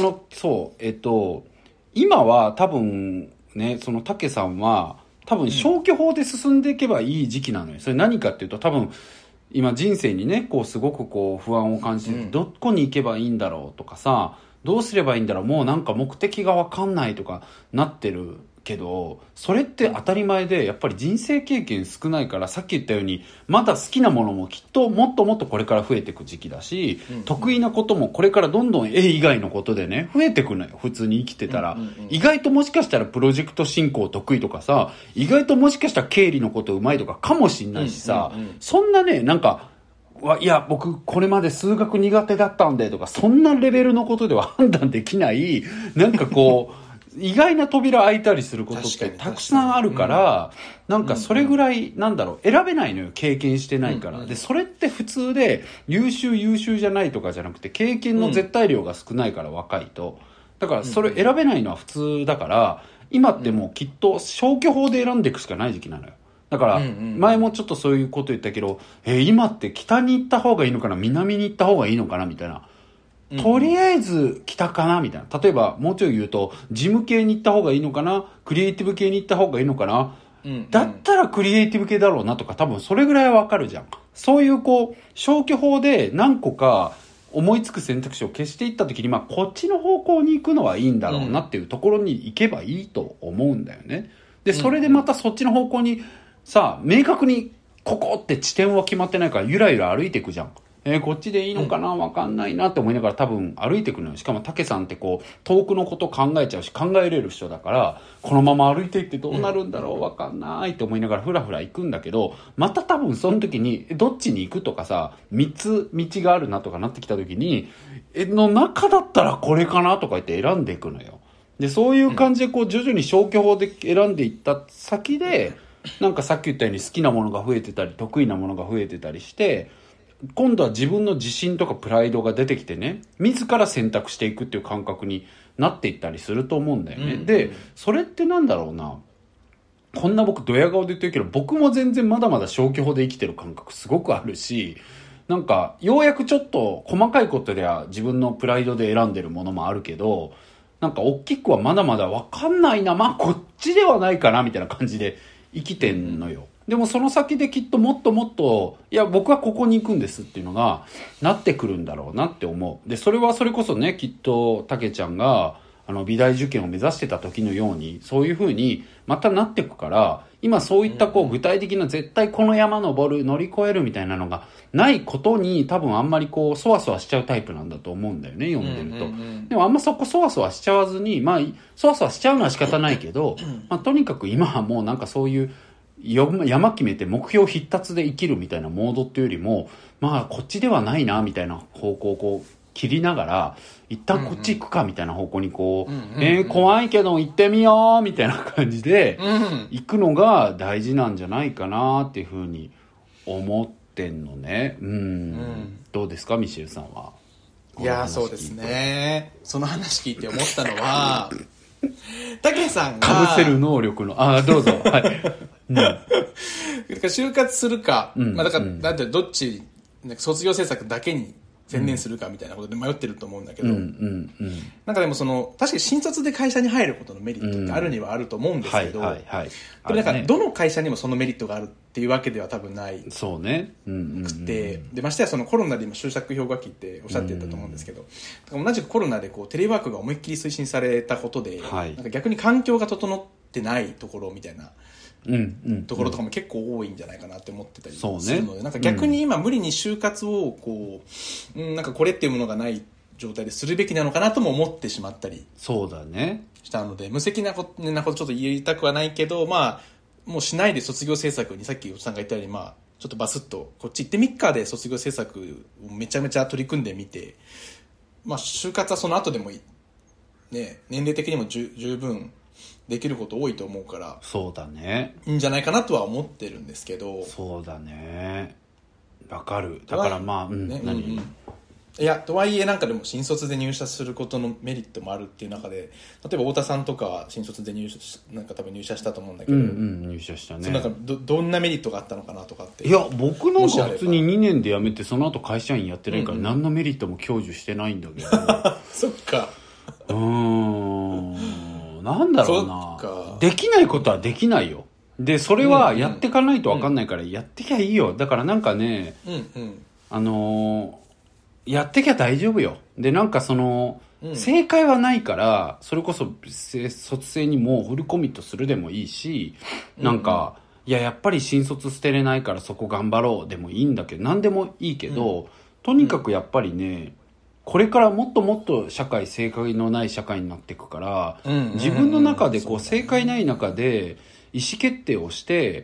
今は多分ね、竹さんは、多分消去法で進んでいけばいい時期なのよ。それ何かっていうと、多分、今人生にね、すごく不安を感じて、どこに行けばいいんだろうとかさ、どうすればいいんだろう、もうなんか目的が分かんないとかなってるけど、それって当たり前で、やっぱり人生経験少ないから、さっき言ったようにまだ好きなものもきっともっともっとこれから増えていく時期だし、得意なこともこれからどんどん絵以外のことでね増えていくのよ。普通に生きてたら、意外ともしかしたらプロジェクト進行得意とかさ、意外ともしかしたら経理のことうまいとかかもしんないしさ、そんなね、なんかいや僕これまで数学苦手だったんでとか、そんなレベルのことでは判断できない、なんか意外な扉開いたりすることってたくさんあるから、なんかそれぐらいなんだろう、選べないのよ、経験してないから。でそれって普通で優秀じゃないとかじゃなくて、経験の絶対量が少ないから、若いと。だからそれ選べないのは普通だから、今ってもうきっと消去法で選んでいくしかない時期なのよ。だから前もちょっとそういうこと言ったけど、今って北に行った方がいいのかな、南に行った方がいいのかなみたいな、とりあえず北かなみたいな。例えばもうちょい言うと、事務系に行った方がいいのかな、クリエイティブ系に行った方がいいのかな、だったらクリエイティブ系だろうなとか、多分それぐらいはわかるじゃん。そういう消去法で何個か思いつく選択肢を消していった時に、こっちの方向に行くのはいいんだろうなっていうところに行けばいいと思うんだよね。でそれでまたそっちの方向にさあ、明確にここって地点は決まってないから、ゆらゆら歩いていくじゃん。こっちでいいのかな、わかんないなって思いながら多分歩いていくのよ。しかも竹さんって遠くのこと考えちゃうし、考えれる人だから、このまま歩いていってどうなるんだろう、わかんないって思いながらふらふら行くんだけど、また多分その時にどっちに行くとかさ、3つ道があるなとかなってきた時に、の中だったらこれかなとか言って選んでいくのよ。でそういう感じで徐々に消去法で選んでいった先で、なんかさっき言ったように好きなものが増えてたり得意なものが増えてたりして、今度は自分の自信とかプライドが出てきてね、自ら選択していくっていう感覚になっていったりすると思うんだよね。でそれってなんだろうな、こんな僕ドヤ顔で言ってるけど、僕も全然まだまだ消去法で生きてる感覚すごくあるし、なんかようやくちょっと細かいことでは自分のプライドで選んでるものもあるけど、なんか大きくはまだまだ分かんないな、こっちではないかなみたいな感じで生きてんのよ。でもその先できっともっともっと、いや僕はここに行くんですっていうのがなってくるんだろうなって思う。でそれはそれこそね、きっとたけちゃんが美大受験を目指してた時のように、そういう風にまたなっていくから、今そういった具体的な絶対この山登る乗り越えるみたいなのがないことに、多分あんまりそわそわしちゃうタイプなんだと思うんだよね、読んでると。でもあんまそこそわそわしちゃわずに、そわそわしちゃうのは仕方ないけど、とにかく今はもうなんかそういう山決めて目標必達で生きるみたいなモードっていうよりも、こっちではないなみたいな方向を切りながら、一旦こっち行くかみたいな方向に怖いけど行ってみようみたいな感じで行くのが大事なんじゃないかなっていうふうに思ってんのね。どうですかミシェルさんは。 いやそうですね、その話聞いて思ったのはたけさんがかぶせる能力のどうぞはい就活するか、だからだってどっち卒業制作だけに専念するかみたいなことで迷ってると思うんだけど、なんかでも確かに新卒で会社に入ることのメリットってあるにはあると思うんですけど、でもなんかどの会社にもそのメリットがあるっていうわけでは多分ないくて、でましてやコロナで今就職氷河期っておっしゃってたと思うんですけど、同じくコロナでテレワークが思いっきり推進されたことで、なんか逆に環境が整ってないところみたいなところとかも結構多いんじゃないかなって思ってたりするので、なんか逆に今無理に就活をなんかこれっていうものがない状態でするべきなのかなとも思ってしまったりしたので、無責なことちょっと言いたくはないけど、もうしないで卒業制作にさっきおっさんが言ったように、ちょっとバスッとこっち行ってみっかで卒業制作をめちゃめちゃ取り組んでみて、就活はその後でもね、年齢的にも十分できること多いと思うから、 そうだね、 いいんじゃないかなとは思ってるんですけど。 そうだね。 わかる。だからまあ、 ね、 何、 うんうん、いやとはいえなんかでも新卒で入社することのメリットもあるっていう中で、例えば太田さんとか新卒でなんか多分入社したと思うんだけど、 入社したね。 そのなんかどんなメリットがあったのかなとかって。 いや僕なんか普通に2年で辞めてその後会社員やってないから何のメリットも享受してないんだけど、 そっか。 なんだろうな、できないことはできないよ。でそれはやっていかないと分かんないからやってきゃいいよ。だからなんかね、やってきゃ大丈夫よ。でなんかその、正解はないからそれこそ卒生にもフルコミットするでもいいし、なんか、いややっぱり新卒捨てれないからそこ頑張ろうでもいいんだけど、何でもいいけど、とにかくやっぱりね、これからもっともっと社会、正解のない社会になっていくから、自分の中でこう正解ない中で意思決定をして、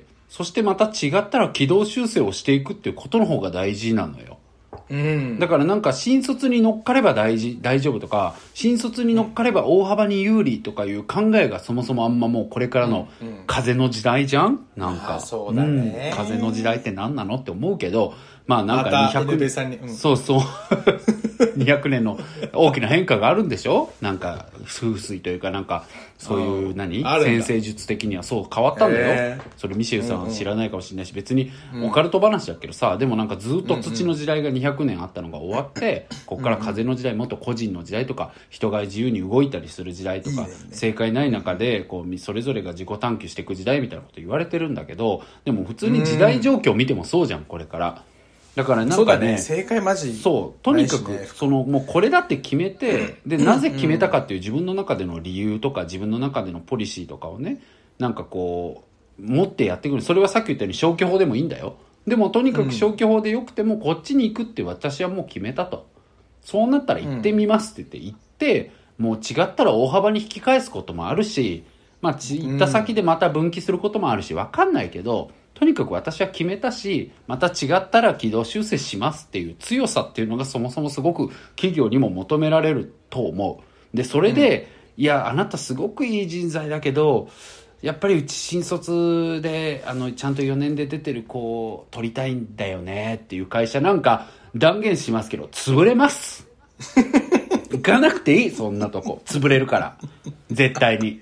そしてまた違ったら軌道修正をしていくっていうことの方が大事なのよ。だからなんか新卒に乗っかれば大丈夫とか、新卒に乗っかれば大幅に有利とかいう考えがそもそもあんまもうこれからの風の時代じゃん。なんかそうだね、 風の時代って何なのって思うけど、まあなんか200年、そうそう200年の大きな変化があるんでしょ。なんか風水というかなんかそういう先生術的にはそう変わったんだよ。それミシェルさんは知らないかもしれないし、別にオカルト話だけどさ、でもなんかずっと土の時代が200年あったのが終わって、ここから風の時代、もっと個人の時代とか人が自由に動いたりする時代とか、正解ない中でこうそれぞれが自己探求していく時代みたいなこと言われてるんだけど、でも普通に時代状況を見てもそうじゃん、これから。だからなんかね、 正解マジそう、とにかくそのもうこれだって決めて、でなぜ決めたかっていう自分の中での理由とか自分の中でのポリシーとかをね、なんかこう持ってやってくる。それはさっき言ったように消去法でもいいんだよ。でもとにかく消去法でよくてもこっちに行くって私はもう決めたと。そうなったら行ってみますって言って行って、もう違ったら大幅に引き返すこともあるし、まあ行った先でまた分岐することもあるし、分かんないけど。とにかく私は決めたし、また違ったら軌道修正しますっていう強さっていうのがそもそもすごく企業にも求められると思う。で、それで、いや、あなたすごくいい人材だけど、やっぱりうち新卒で、ちゃんと4年で出てる子を取りたいんだよねっていう会社なんか断言しますけど、潰れます。行かなくていい、そんなとこ。潰れるから。絶対に。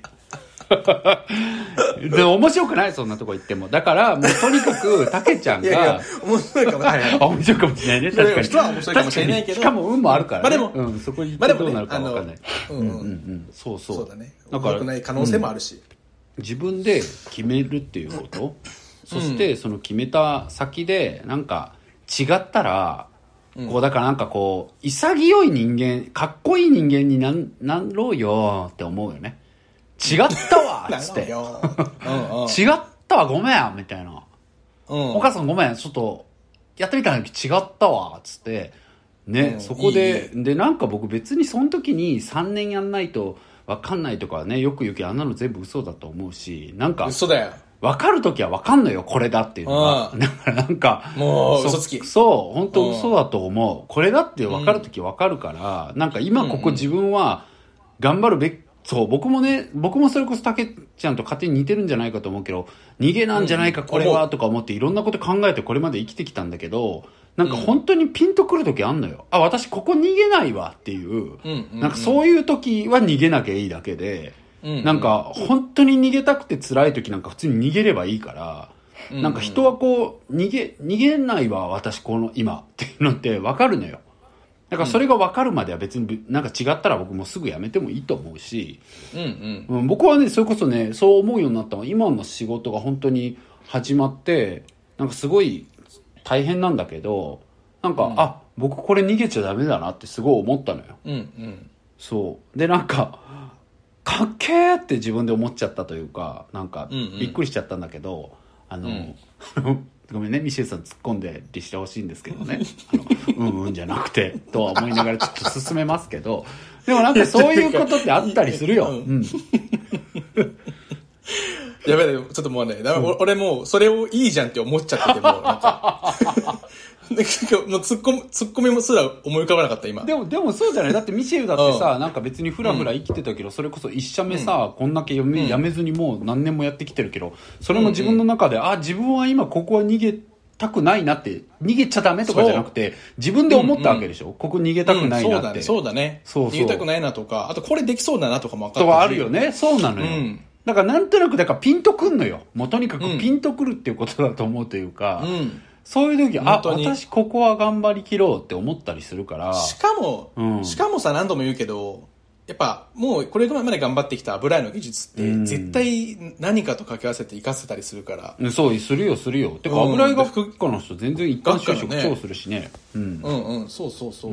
で面白くないそんなとこ行っても。だからもうとにかくたけちゃんがいや面白いかもしれない面白いかもしれないね。確かに人は面白いかもしれないけど、 しかも運もあるからね。 まあでも、 そこに行ってどうなるか分かんない。そうそう。 そうだね。だから良くない可能性もあるし、 自分で決めるっていうこと、そしてその決めた先でなんか違ったら、こうだからなんかこう潔い人間、かっこいい人間になろうよって思うよね。違ったわっつって違ったわごめんみたいな、お母さんごめんちょっとやってみたんだけど違ったわっつってね、そこででなんか僕別にその時に3年やんないと分かんないとかはね、よく言うけどあんなの全部嘘だと思うし、なんか嘘だよ、 分かる時は分かんのよこれだっていうのが。だからなんかもう嘘つき、 そう本当嘘だと思う。これだって分かる時分かるから、なんか今ここ自分は頑張るべき、そう僕もそれこそたけちゃんと勝手に似てるんじゃないかと思うけど、逃げなんじゃないかこれはとか思っていろんなこと考えてこれまで生きてきたんだけど、なんか本当にピンとくる時あんのよ。あ、私ここ逃げないわっていう、なんかそういう時は逃げなきゃいいだけで、なんか本当に逃げたくて辛い時なんか普通に逃げればいいから、なんか人はこう逃げないわ私この今っていうのって分かるのよ。だからそれが分かるまでは別になんか違ったら僕もすぐ辞めてもいいと思うし、僕はねそれこそねそう思うようになったのは今の仕事が本当に始まってなんかすごい大変なんだけど、なんか、あ僕これ逃げちゃダメだなってすごい思ったのよ。そうでなんかかっけーって自分で思っちゃったというか、なんかびっくりしちゃったんだけど、ごめんねミシェルさん突っ込んでりしてほしいんですけどねじゃなくてとは思いながらちょっと進めますけど、でもなんかそういうことってあったりするよ。 やべえ、ちょっともうね、俺もうそれをいいじゃんって思っちゃってて、もうなんかもうツッコミもすら思い浮かばなかった今。 でもそうじゃない。だってミシェルだってさ、なんか別にフラフラ生きてたけど、それこそ一社目さ、こんだけやめずにもう何年もやってきてるけど、それも自分の中で、自分は今ここは逃げたくないなって、逃げちゃダメとかじゃなくて、自分で思ったわけでしょ、ここ逃げたくないなって。 そうだね。逃げたくないなとか、あとこれできそうだなとかも分かったし。 とかあるよね。そうなのよ。だからなんとなく、だからピンとくんのよ。もうとにかくピンとくるっていうことだと思うというか、そういう時、私ここは頑張りきろうって思ったりするから。しかもさ、何度も言うけど、やっぱもうこれまで頑張ってきた油絵の技術って絶対何かと掛け合わせて活かせたりするから、 そうするよてか油絵学科の人全然一貫就職超するしね。 そう、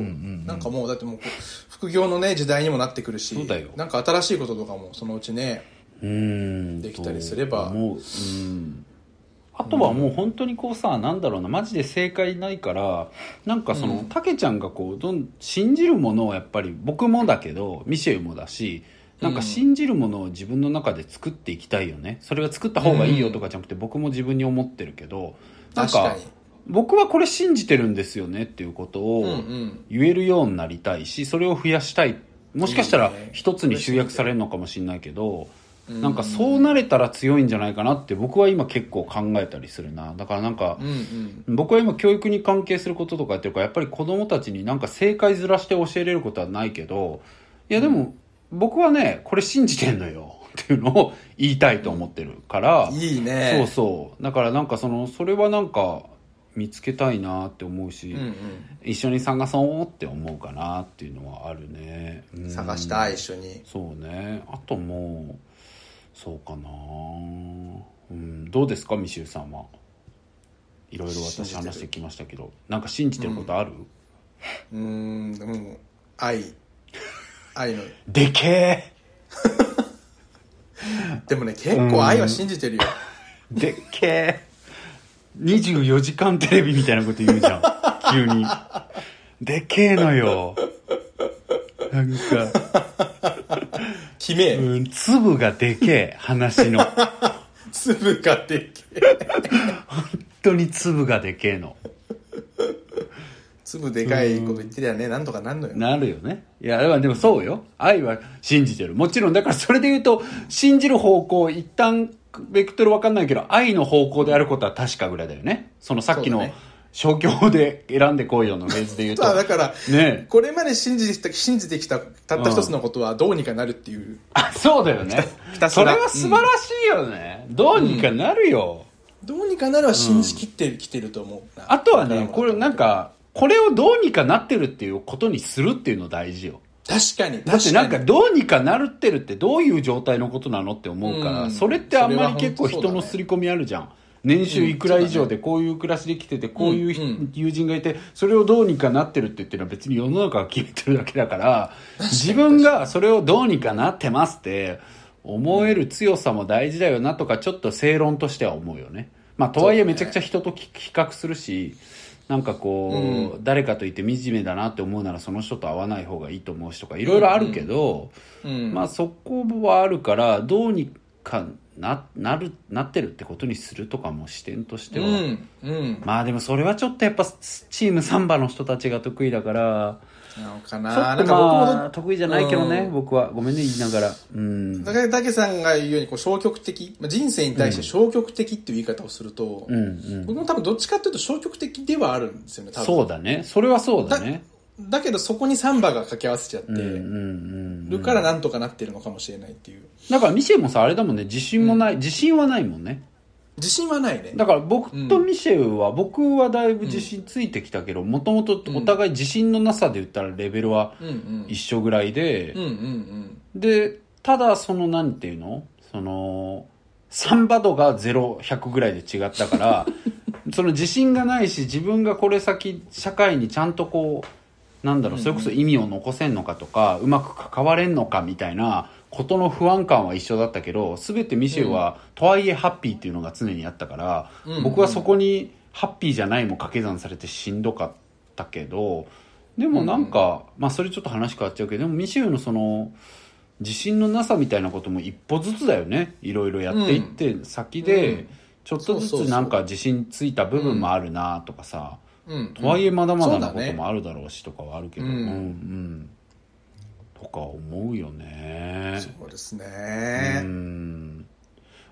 なんかもうだってもう副業のね時代にもなってくるし、なんか新しいこととかもそのうちねできたりすれば、あとはもう本当にこうさ、なんだろうな、マジで正解ないから、なんかその、たけちゃんがこう、信じるものをやっぱり、僕もだけど、ミシェルもだし、なんか信じるものを自分の中で作っていきたいよね。それが作った方がいいよとかじゃなくて、僕も自分に思ってるけど、なんか、僕はこれ信じてるんですよねっていうことを言えるようになりたいし、それを増やしたい。もしかしたら一つに集約されるのかもしれないけど、なんかそうなれたら強いんじゃないかなって僕は今結構考えたりするな。だからなんか、僕は今教育に関係することとかやってるから、やっぱり子供たちになんか正解ずらして教えれることはないけど、いやでも僕はね、これ信じてんのよっていうのを言いたいと思ってるから。 いいね。 そうだからなんかそれはなんか見つけたいなって思うし、一緒に探そうって思うかなっていうのはあるね。 探したい、一緒に。 そうね。あともうそうかな、どうですかミシューさんは。いろいろ私話してきましたけど、なんか信じてることある？ でも愛のでけえでもね、結構愛は信じてるよ。 でっけえ24時間テレビみたいなこと言うじゃん急に。でけえのよ。なんかきめえ、 粒がでけえ、話の粒がでけえ本当に粒がでけえの。 粒でかいこと言ってりゃね、なんとかなんのよ。 なるよね。いやでもそうよ、愛は信じてる。もちろんだからそれで言うと、信じる方向一旦ベクトル分かんないけど、愛の方向であることは確かぐらいだよね。そのさっきの消去で選んでこいよのフェーズで言うとだから、ね、これまで信じてきたたった一つのことはどうにかなるっていう、 そうだよね。それは素晴らしいよね、どうにかなるよ、 どうにかなるは信じきってきてると思う、 あとはね、これなんかこれをどうにかなってるっていうことにするっていうの大事よ。 確かに。 だってなんかどうにかなるってるってどういう状態のことなのって思うから、それってあんまり結構人の刷り込みあるじゃん。年収いくら以上でこういう暮らしで来てて、こういう友人がいて、それをどうにかなってるって言ってるのは別に世の中が決めてるだけだから、自分がそれをどうにかなってますって思える強さも大事だよなとか、ちょっと正論としては思うよね。まあとはいえめちゃくちゃ人と比較するし、なんかこう、誰かといて惨めだなって思うならその人と会わない方がいいと思うしとかいろいろあるけど、まあそこはあるから、どうにかなってるってことにするとかも視点としては、まあでもそれはちょっとやっぱチームサンバの人たちが得意だからなのかな。 ちょっとまあ得意じゃないけどね、僕はごめんね言いながら。 だから竹さんが言うようにこう消極的、人生に対して消極的っていう言い方をすると、僕も多分どっちかっていうと消極的ではあるんですよね、多分。 そうだね、それはそうだね。 だけどそこにサンバが掛け合わせちゃってるからなんとかなってるのかもしれないっていう。 だからミシェもさあれだもんね、自信はないもんね。 自信はないね。 だから僕とミシェは、僕はだいぶ自信ついてきたけど、もともとお互い自信のなさで言ったらレベルは一緒ぐらいで、でただそのなんていうの、そのサンバ度が0、100ぐらいで違ったからその自信がないし、自分がこれ先社会にちゃんとこうなんだろう、それこそ意味を残せんのかとか、うまく関われんのかみたいなことの不安感は一緒だったけど、全てミシェルは、とはいえハッピーっていうのが常にあったから、僕はそこにハッピーじゃないも掛け算されてしんどかったけど、でもなんか、まあそれちょっと話変わっちゃうけど、でもミシェルのその自信のなさみたいなことも一歩ずつだよね。いろいろやっていって先でちょっとずつなんか自信ついた部分もあるなとかさ、とはいえまだまだなこともあるだろうしとかはあるけど、とか思うよね。 そうですね。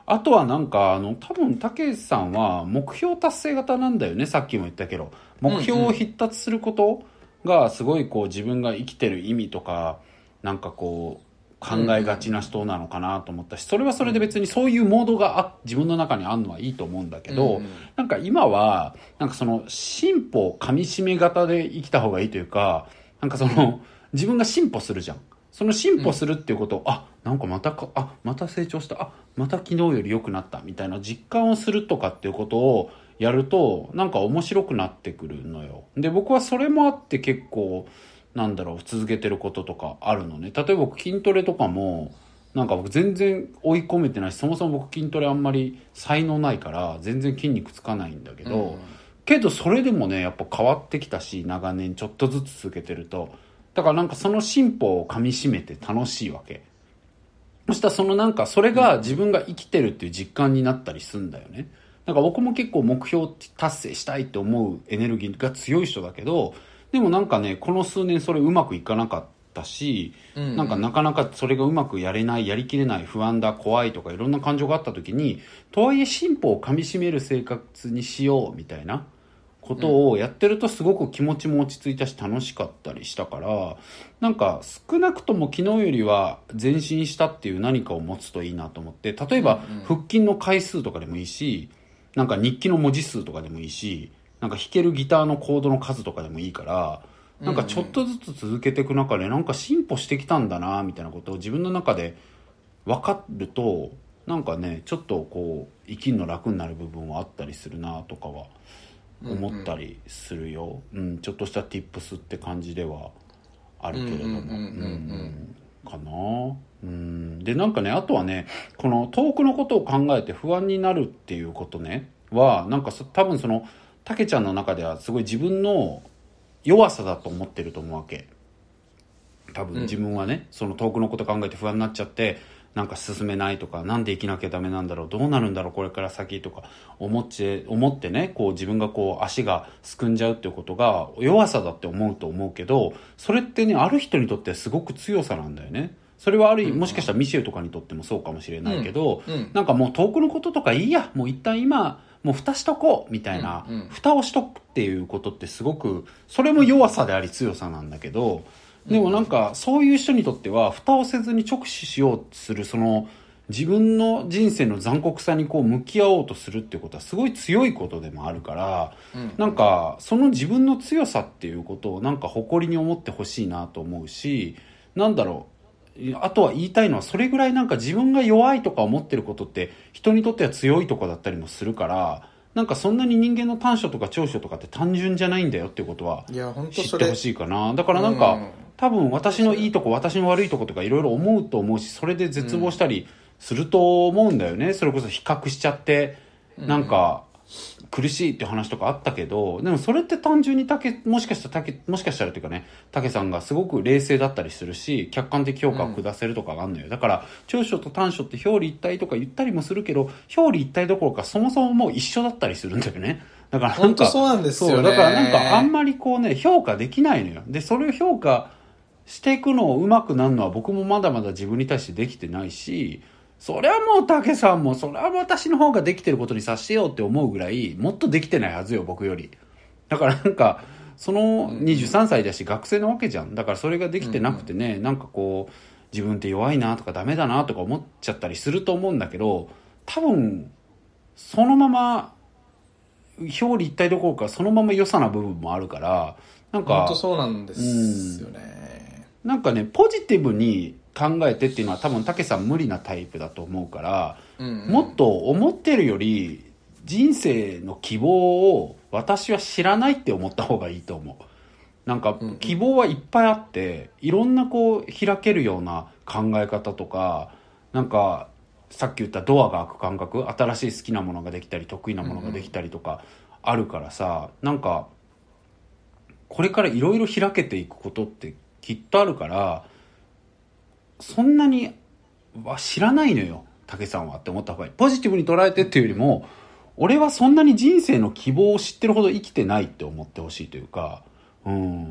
あとはなんか多分たけしさんは目標達成型なんだよね。さっきも言ったけど目標を必達することがすごいこう自分が生きてる意味とかなんかこう考えがちな人なのかなと思ったし、それはそれで別にそういうモードが自分の中にあるのはいいと思うんだけど、なんか今はなんかその進歩噛み締め型で生きた方がいいというか、なんかその自分が進歩するじゃん。その進歩するっていうことを、なんかまた成長した、また昨日より良くなったみたいな実感をするとかっていうことをやるとなんか面白くなってくるのよ。で僕はそれもあって結構続けてることとかあるのね。例えば僕筋トレとかもなんか僕全然追い込めてないし、そもそも僕筋トレあんまり才能ないから全然筋肉つかないんだけど、けどそれでもねやっぱ変わってきたし、長年ちょっとずつ続けてると、だからなんかその進歩をかみしめて楽しいわけ。そしたらそのなんかそれが自分が生きてるっていう実感になったりするんだよね。なんか僕も結構目標達成したいって思うエネルギーが強い人だけど、でもなんかねこの数年それうまくいかなかったし、なんかなかなかそれがうまくやれない、やりきれない、不安だ、怖いとかいろんな感情があった時に、とはいえ進歩をかみしめる生活にしようみたいなことをやってるとすごく気持ちも落ち着いたし楽しかったりしたから、なんか少なくとも昨日よりは前進したっていう何かを持つといいなと思って、例えば腹筋の回数とかでもいいし、なんか日記の文字数とかでもいいし、なんか弾けるギターのコードの数とかでもいいから、なんかちょっとずつ続けていく中でなんか進歩してきたんだなみたいなことを自分の中で分かると、なんかねちょっとこう生きるの楽になる部分はあったりするなとかは思ったりするよ。ちょっとした tips って感じではあるけれどもかな。でなんかね、あとはねこの遠くのことを考えて不安になるっていうことねは、なんか多分そのたけちゃんの中ではすごい自分の弱さだと思ってると思うわけ。多分自分はね、その遠くのこと考えて不安になっちゃってなんか進めないとか、なんで生きなきゃダメなんだろう、どうなるんだろうこれから先とか思ってね、こう自分がこう足がすくんじゃうっていうことが弱さだって思うと思うけど、それってねある人にとってはすごく強さなんだよね。それはある意味もしかしたらミシェルとかにとってもそうかもしれないけど、なんかもう遠くのこととかいいや、もう一旦今もう蓋しとこうみたいな、蓋をしとくっていうことってすごくそれも弱さであり強さなんだけど、でもなんかそういう人にとっては蓋をせずに直視しようとする、その自分の人生の残酷さにこう向き合おうとするっていうことはすごい強いことでもあるから、なんかその自分の強さっていうことをなんか誇りに思ってほしいなと思うし、あとは言いたいのは、それぐらいなんか自分が弱いとか思ってることって人にとっては強いとこだったりもするから、なんかそんなに人間の短所とか長所とかって単純じゃないんだよっていうことは知ってほしいかな。だからなんか多分私のいいとこ私の悪いとことかいろいろ思うと思うし、それで絶望したりすると思うんだよね。それこそ比較しちゃってなんか苦しいっていう話とかあったけど、でもそれって単純にもしかしたらっていうかね、たけさんがすごく冷静だったりするし、客観的評価を下せるとかがあるのよ。だから長所と短所って表裏一体とか言ったりもするけど、表裏一体どころかそもそももう一緒だったりするんだよね。だからなんか本当そうなんですよね。 だからなんかあんまりこうね評価できないのよ。でそれを評価していくのを上手くなるのは僕もまだまだ自分に対してできてないし、それはもう竹さんもそれは私の方ができてることにさせてよって思うぐらいもっとできてないはずよ僕より。だからなんかその23歳だし学生なわけじゃん。だからそれができてなくてね、なんかこう自分って弱いなとかダメだなとか思っちゃったりすると思うんだけど、多分そのまま表裏一体どころかそのまま良さな部分もあるから、なんか本当そうなんですよね。 なんかねポジティブに考えてっていうのは多分たけさん無理なタイプだと思うから、もっと思ってるより人生の希望を私は知らないって思った方がいいと思う。なんか希望はいっぱいあって、いろんなこう開けるような考え方とか、なんかさっき言ったドアが開く感覚、新しい好きなものができたり得意なものができたりとかあるからさ、なんかこれからいろいろ開けていくことってきっとあるから、そんなには知らないのよ竹さんはって思った方がいい。ポジティブに捉えてっていうよりも、俺はそんなに人生の希望を知ってるほど生きてないって思ってほしいというか、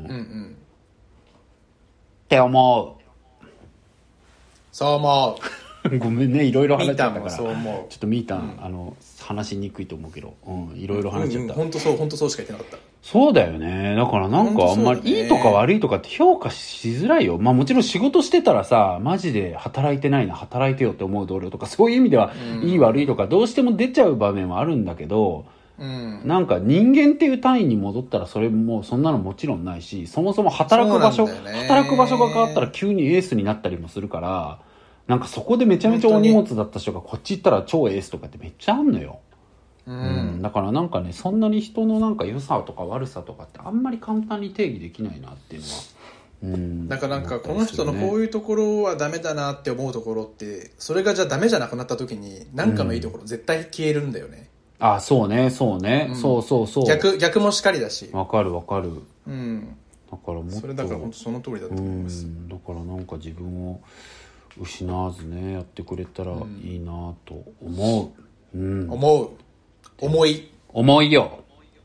って思う。 そう思う。 ごめんね、いろいろ話しちゃったから。 ミータンもそう思う。 ちょっとミータン、話しにくいと思うけど、いろいろ話しちゃった。 本当そうしか言ってなかった。 そうだよね。だからなんかあんまりいいとか悪いとかって評価しづらいよ。まあもちろん仕事してたらさ、マジで働いてないな、働いてよって思う同僚とか、そういう意味では、いい悪いとかどうしても出ちゃう場面はあるんだけど、なんか人間っていう単位に戻ったらそれもそんなのもちろんないし、そもそも働く場所が変わったら急にエースになったりもするから、なんかそこでめちゃめちゃお荷物だった人がこっち行ったら超エースとかってめっちゃあんのよ。だからなんかね、そんなに人のなんか良さとか悪さとかってあんまり簡単に定義できないなっていうのは。だからなんかこの人のこういうところはダメだなって思うところって、それがじゃあダメじゃなくなった時に何かのいいところ絶対消えるんだよね。 あ、そうね。そう。 逆もしかりだし。 わかる。だからもっと。 それだから本当その通りだと思います。 だからなんか自分を失わずね、やってくれたらいいなと思う。 重いよ。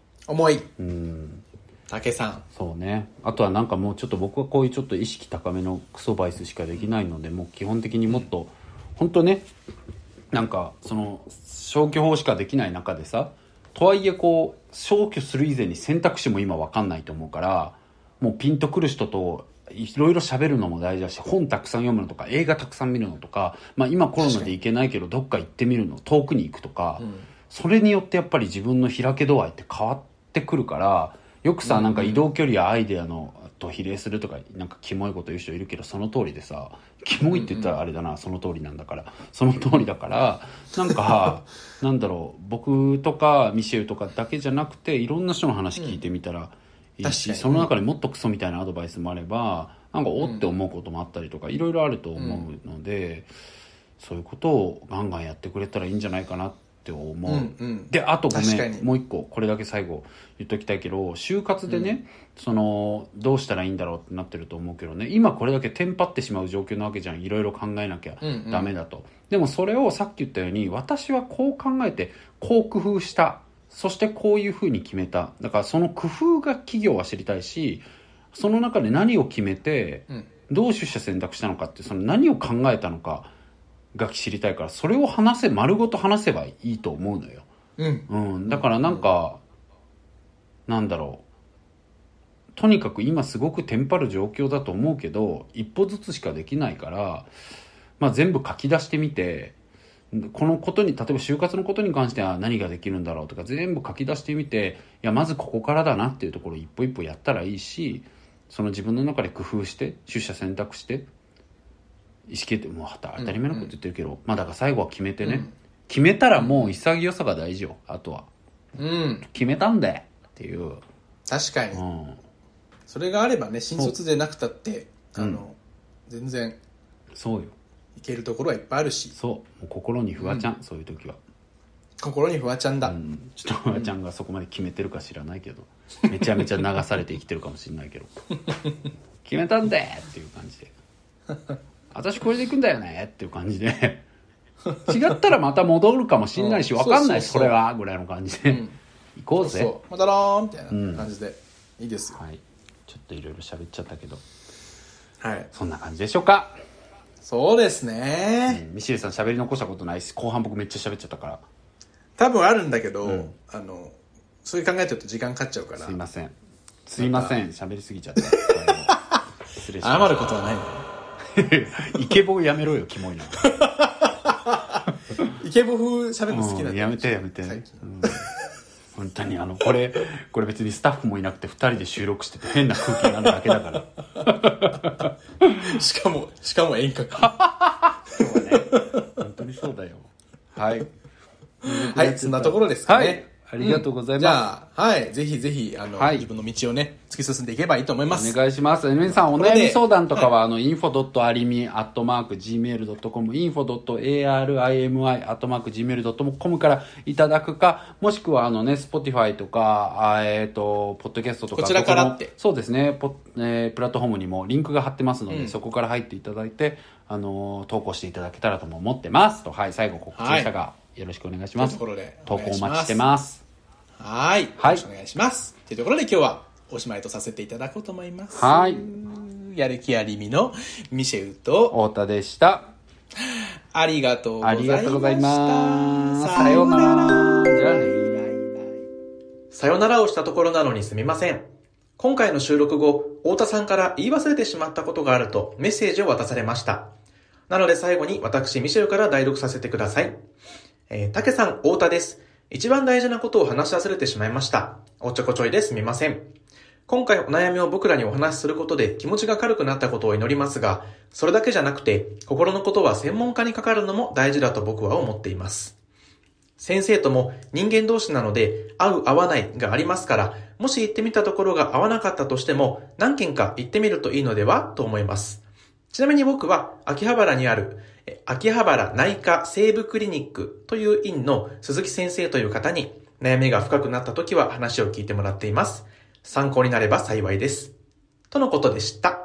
竹さん。 そうね。あとはなんかもうちょっと僕はこういうちょっと意識高めのクソバイスしかできないので、もう基本的にもっと、本当ね、なんかその消去法しかできない中でさ、とはいえこう消去する以前に選択肢も今分かんないと思うから、もうピンとくる人といろいろ喋るのも大事だし、本たくさん読むのとか映画たくさん見るのとか、まあ今コロナで行けないけどどっか行ってみるの、遠くに行くとか、それによってやっぱり自分の開け度合いって変わってくるから、よくさ、なんか移動距離やアイデアのと比例するとかなんかキモいこと言う人いるけど、その通りでさ、キモいって言ったらあれだな、その通りなんだから、その通りだから、なんかなんだろう、僕とかミシェルとかだけじゃなくていろんな人の話聞いてみたらいいし、その中でもっとクソみたいなアドバイスもあれば、なんかおって思うこともあったりとか、いろいろあると思うので、そういうことをガンガンやってくれたらいいんじゃないかなって思う。で、あとごめん、もう一個これだけ最後言っときたいけど、就活でね、そのどうしたらいいんだろうってなってると思うけどね、今これだけテンパってしまう状況なわけじゃん。いろいろ考えなきゃダメだと。でもそれをさっき言ったように、私はこう考えてこう工夫した、そしてこういうふうに決めた。だからその工夫が企業は知りたいし、その中で何を決めてどう出社選択したのかって、その何を考えたのかが知りたいから、それを丸ごと話せばいいと思うのよ。だからなんか、なんだろう、とにかく今すごくテンパる状況だと思うけど、一歩ずつしかできないから、まあ全部書き出してみて、このことに、例えば就活のことに関しては何ができるんだろうとか全部書き出してみて、いやまずここからだなっていうところを一歩一歩やったらいいし、その自分の中で工夫して出社選択して意思決定、もう当たり前のこと言ってるけど、まあだから最後は決めてね、決めたらもう潔さが大事よ。あとは決めたんだよっていう。 確かに、それがあればね、新卒でなくたって全然そうよ、 いけるところはいっぱいあるし、 そう、もう心にフワちゃん、そういう時は心にフワちゃんだ、 ちょっとフワちゃんがそこまで決めてるか知らないけど、めちゃめちゃ流されて生きてるかもしれないけど決めたんだよっていう感じで私これで行くんだよねっていう感じで違ったらまた戻るかもしれないし、分かんないし、それはぐらいの感じで、行こうぜ、 またらーみたいな感じで、いいですよ。 はい、ちょっといろいろ喋っちゃったけど、 はい、 そんな感じでしょうか。 そうですね、 ミシェルさん喋り残したことないし、後半僕めっちゃ喋っちゃったから。 多分あるんだけど、そういう考えてると時間かかっちゃうから、 すいません喋りすぎちゃった失礼しました。 謝ることはないのイケボやめろよ、キモいなイケボ風喋るの好きなんだ、 やめて、本当にこれ別にスタッフもいなくて2人で収録してて変な空気になるだけだからしかも遠隔そうね、本当にそうだよ。はいはい、そんなところですかね。 はい、ありがとうございます。 じゃあ、はい、ぜひぜひ自分の道をね突き進んでいけばいいと思います。 お願いします。皆さんお悩み相談とかはinfo.arimi@gmail.com info.arimi@gmail.com からいただくか、もしくはSpotify とかポッドキャストとかこちらからって、 そうですね、プラットフォームにもリンクが貼ってますので、そこから入っていただいて投稿していただけたらとも思ってますと。はい、最後告知でしたが、よろしくお願いします。 というところで投稿お待ちしてます。 はい、よろしくお願いします。というところで今日はおしまいとさせていただこうと思います。 はい、 やる気ありみのミシェウと太田でした。 ありがとうございました。 ありがとうございます。さようなら。じゃあね。 さよならをしたところなのにすみません。今回の収録後、太田さんから言い忘れてしまったことがあるとメッセージを渡されました。なので最後に私ミシェルから代読させてください。たけさん、太田です。一番大事なことを話し忘れてしまいました。おっちょこちょいですみません。今回お悩みを僕らにお話しすることで気持ちが軽くなったことを祈りますが、それだけじゃなくて心のことは専門家にかかるのも大事だと僕は思っています。先生とも人間同士なので合う合わないがありますから、もし行ってみたところが合わなかったとしても何件か行ってみるといいのではと思います。ちなみに僕は秋葉原にある秋葉原内科西部クリニックという院の鈴木先生という方に悩みが深くなった時は話を聞いてもらっています。参考になれば幸いです。とのことでした。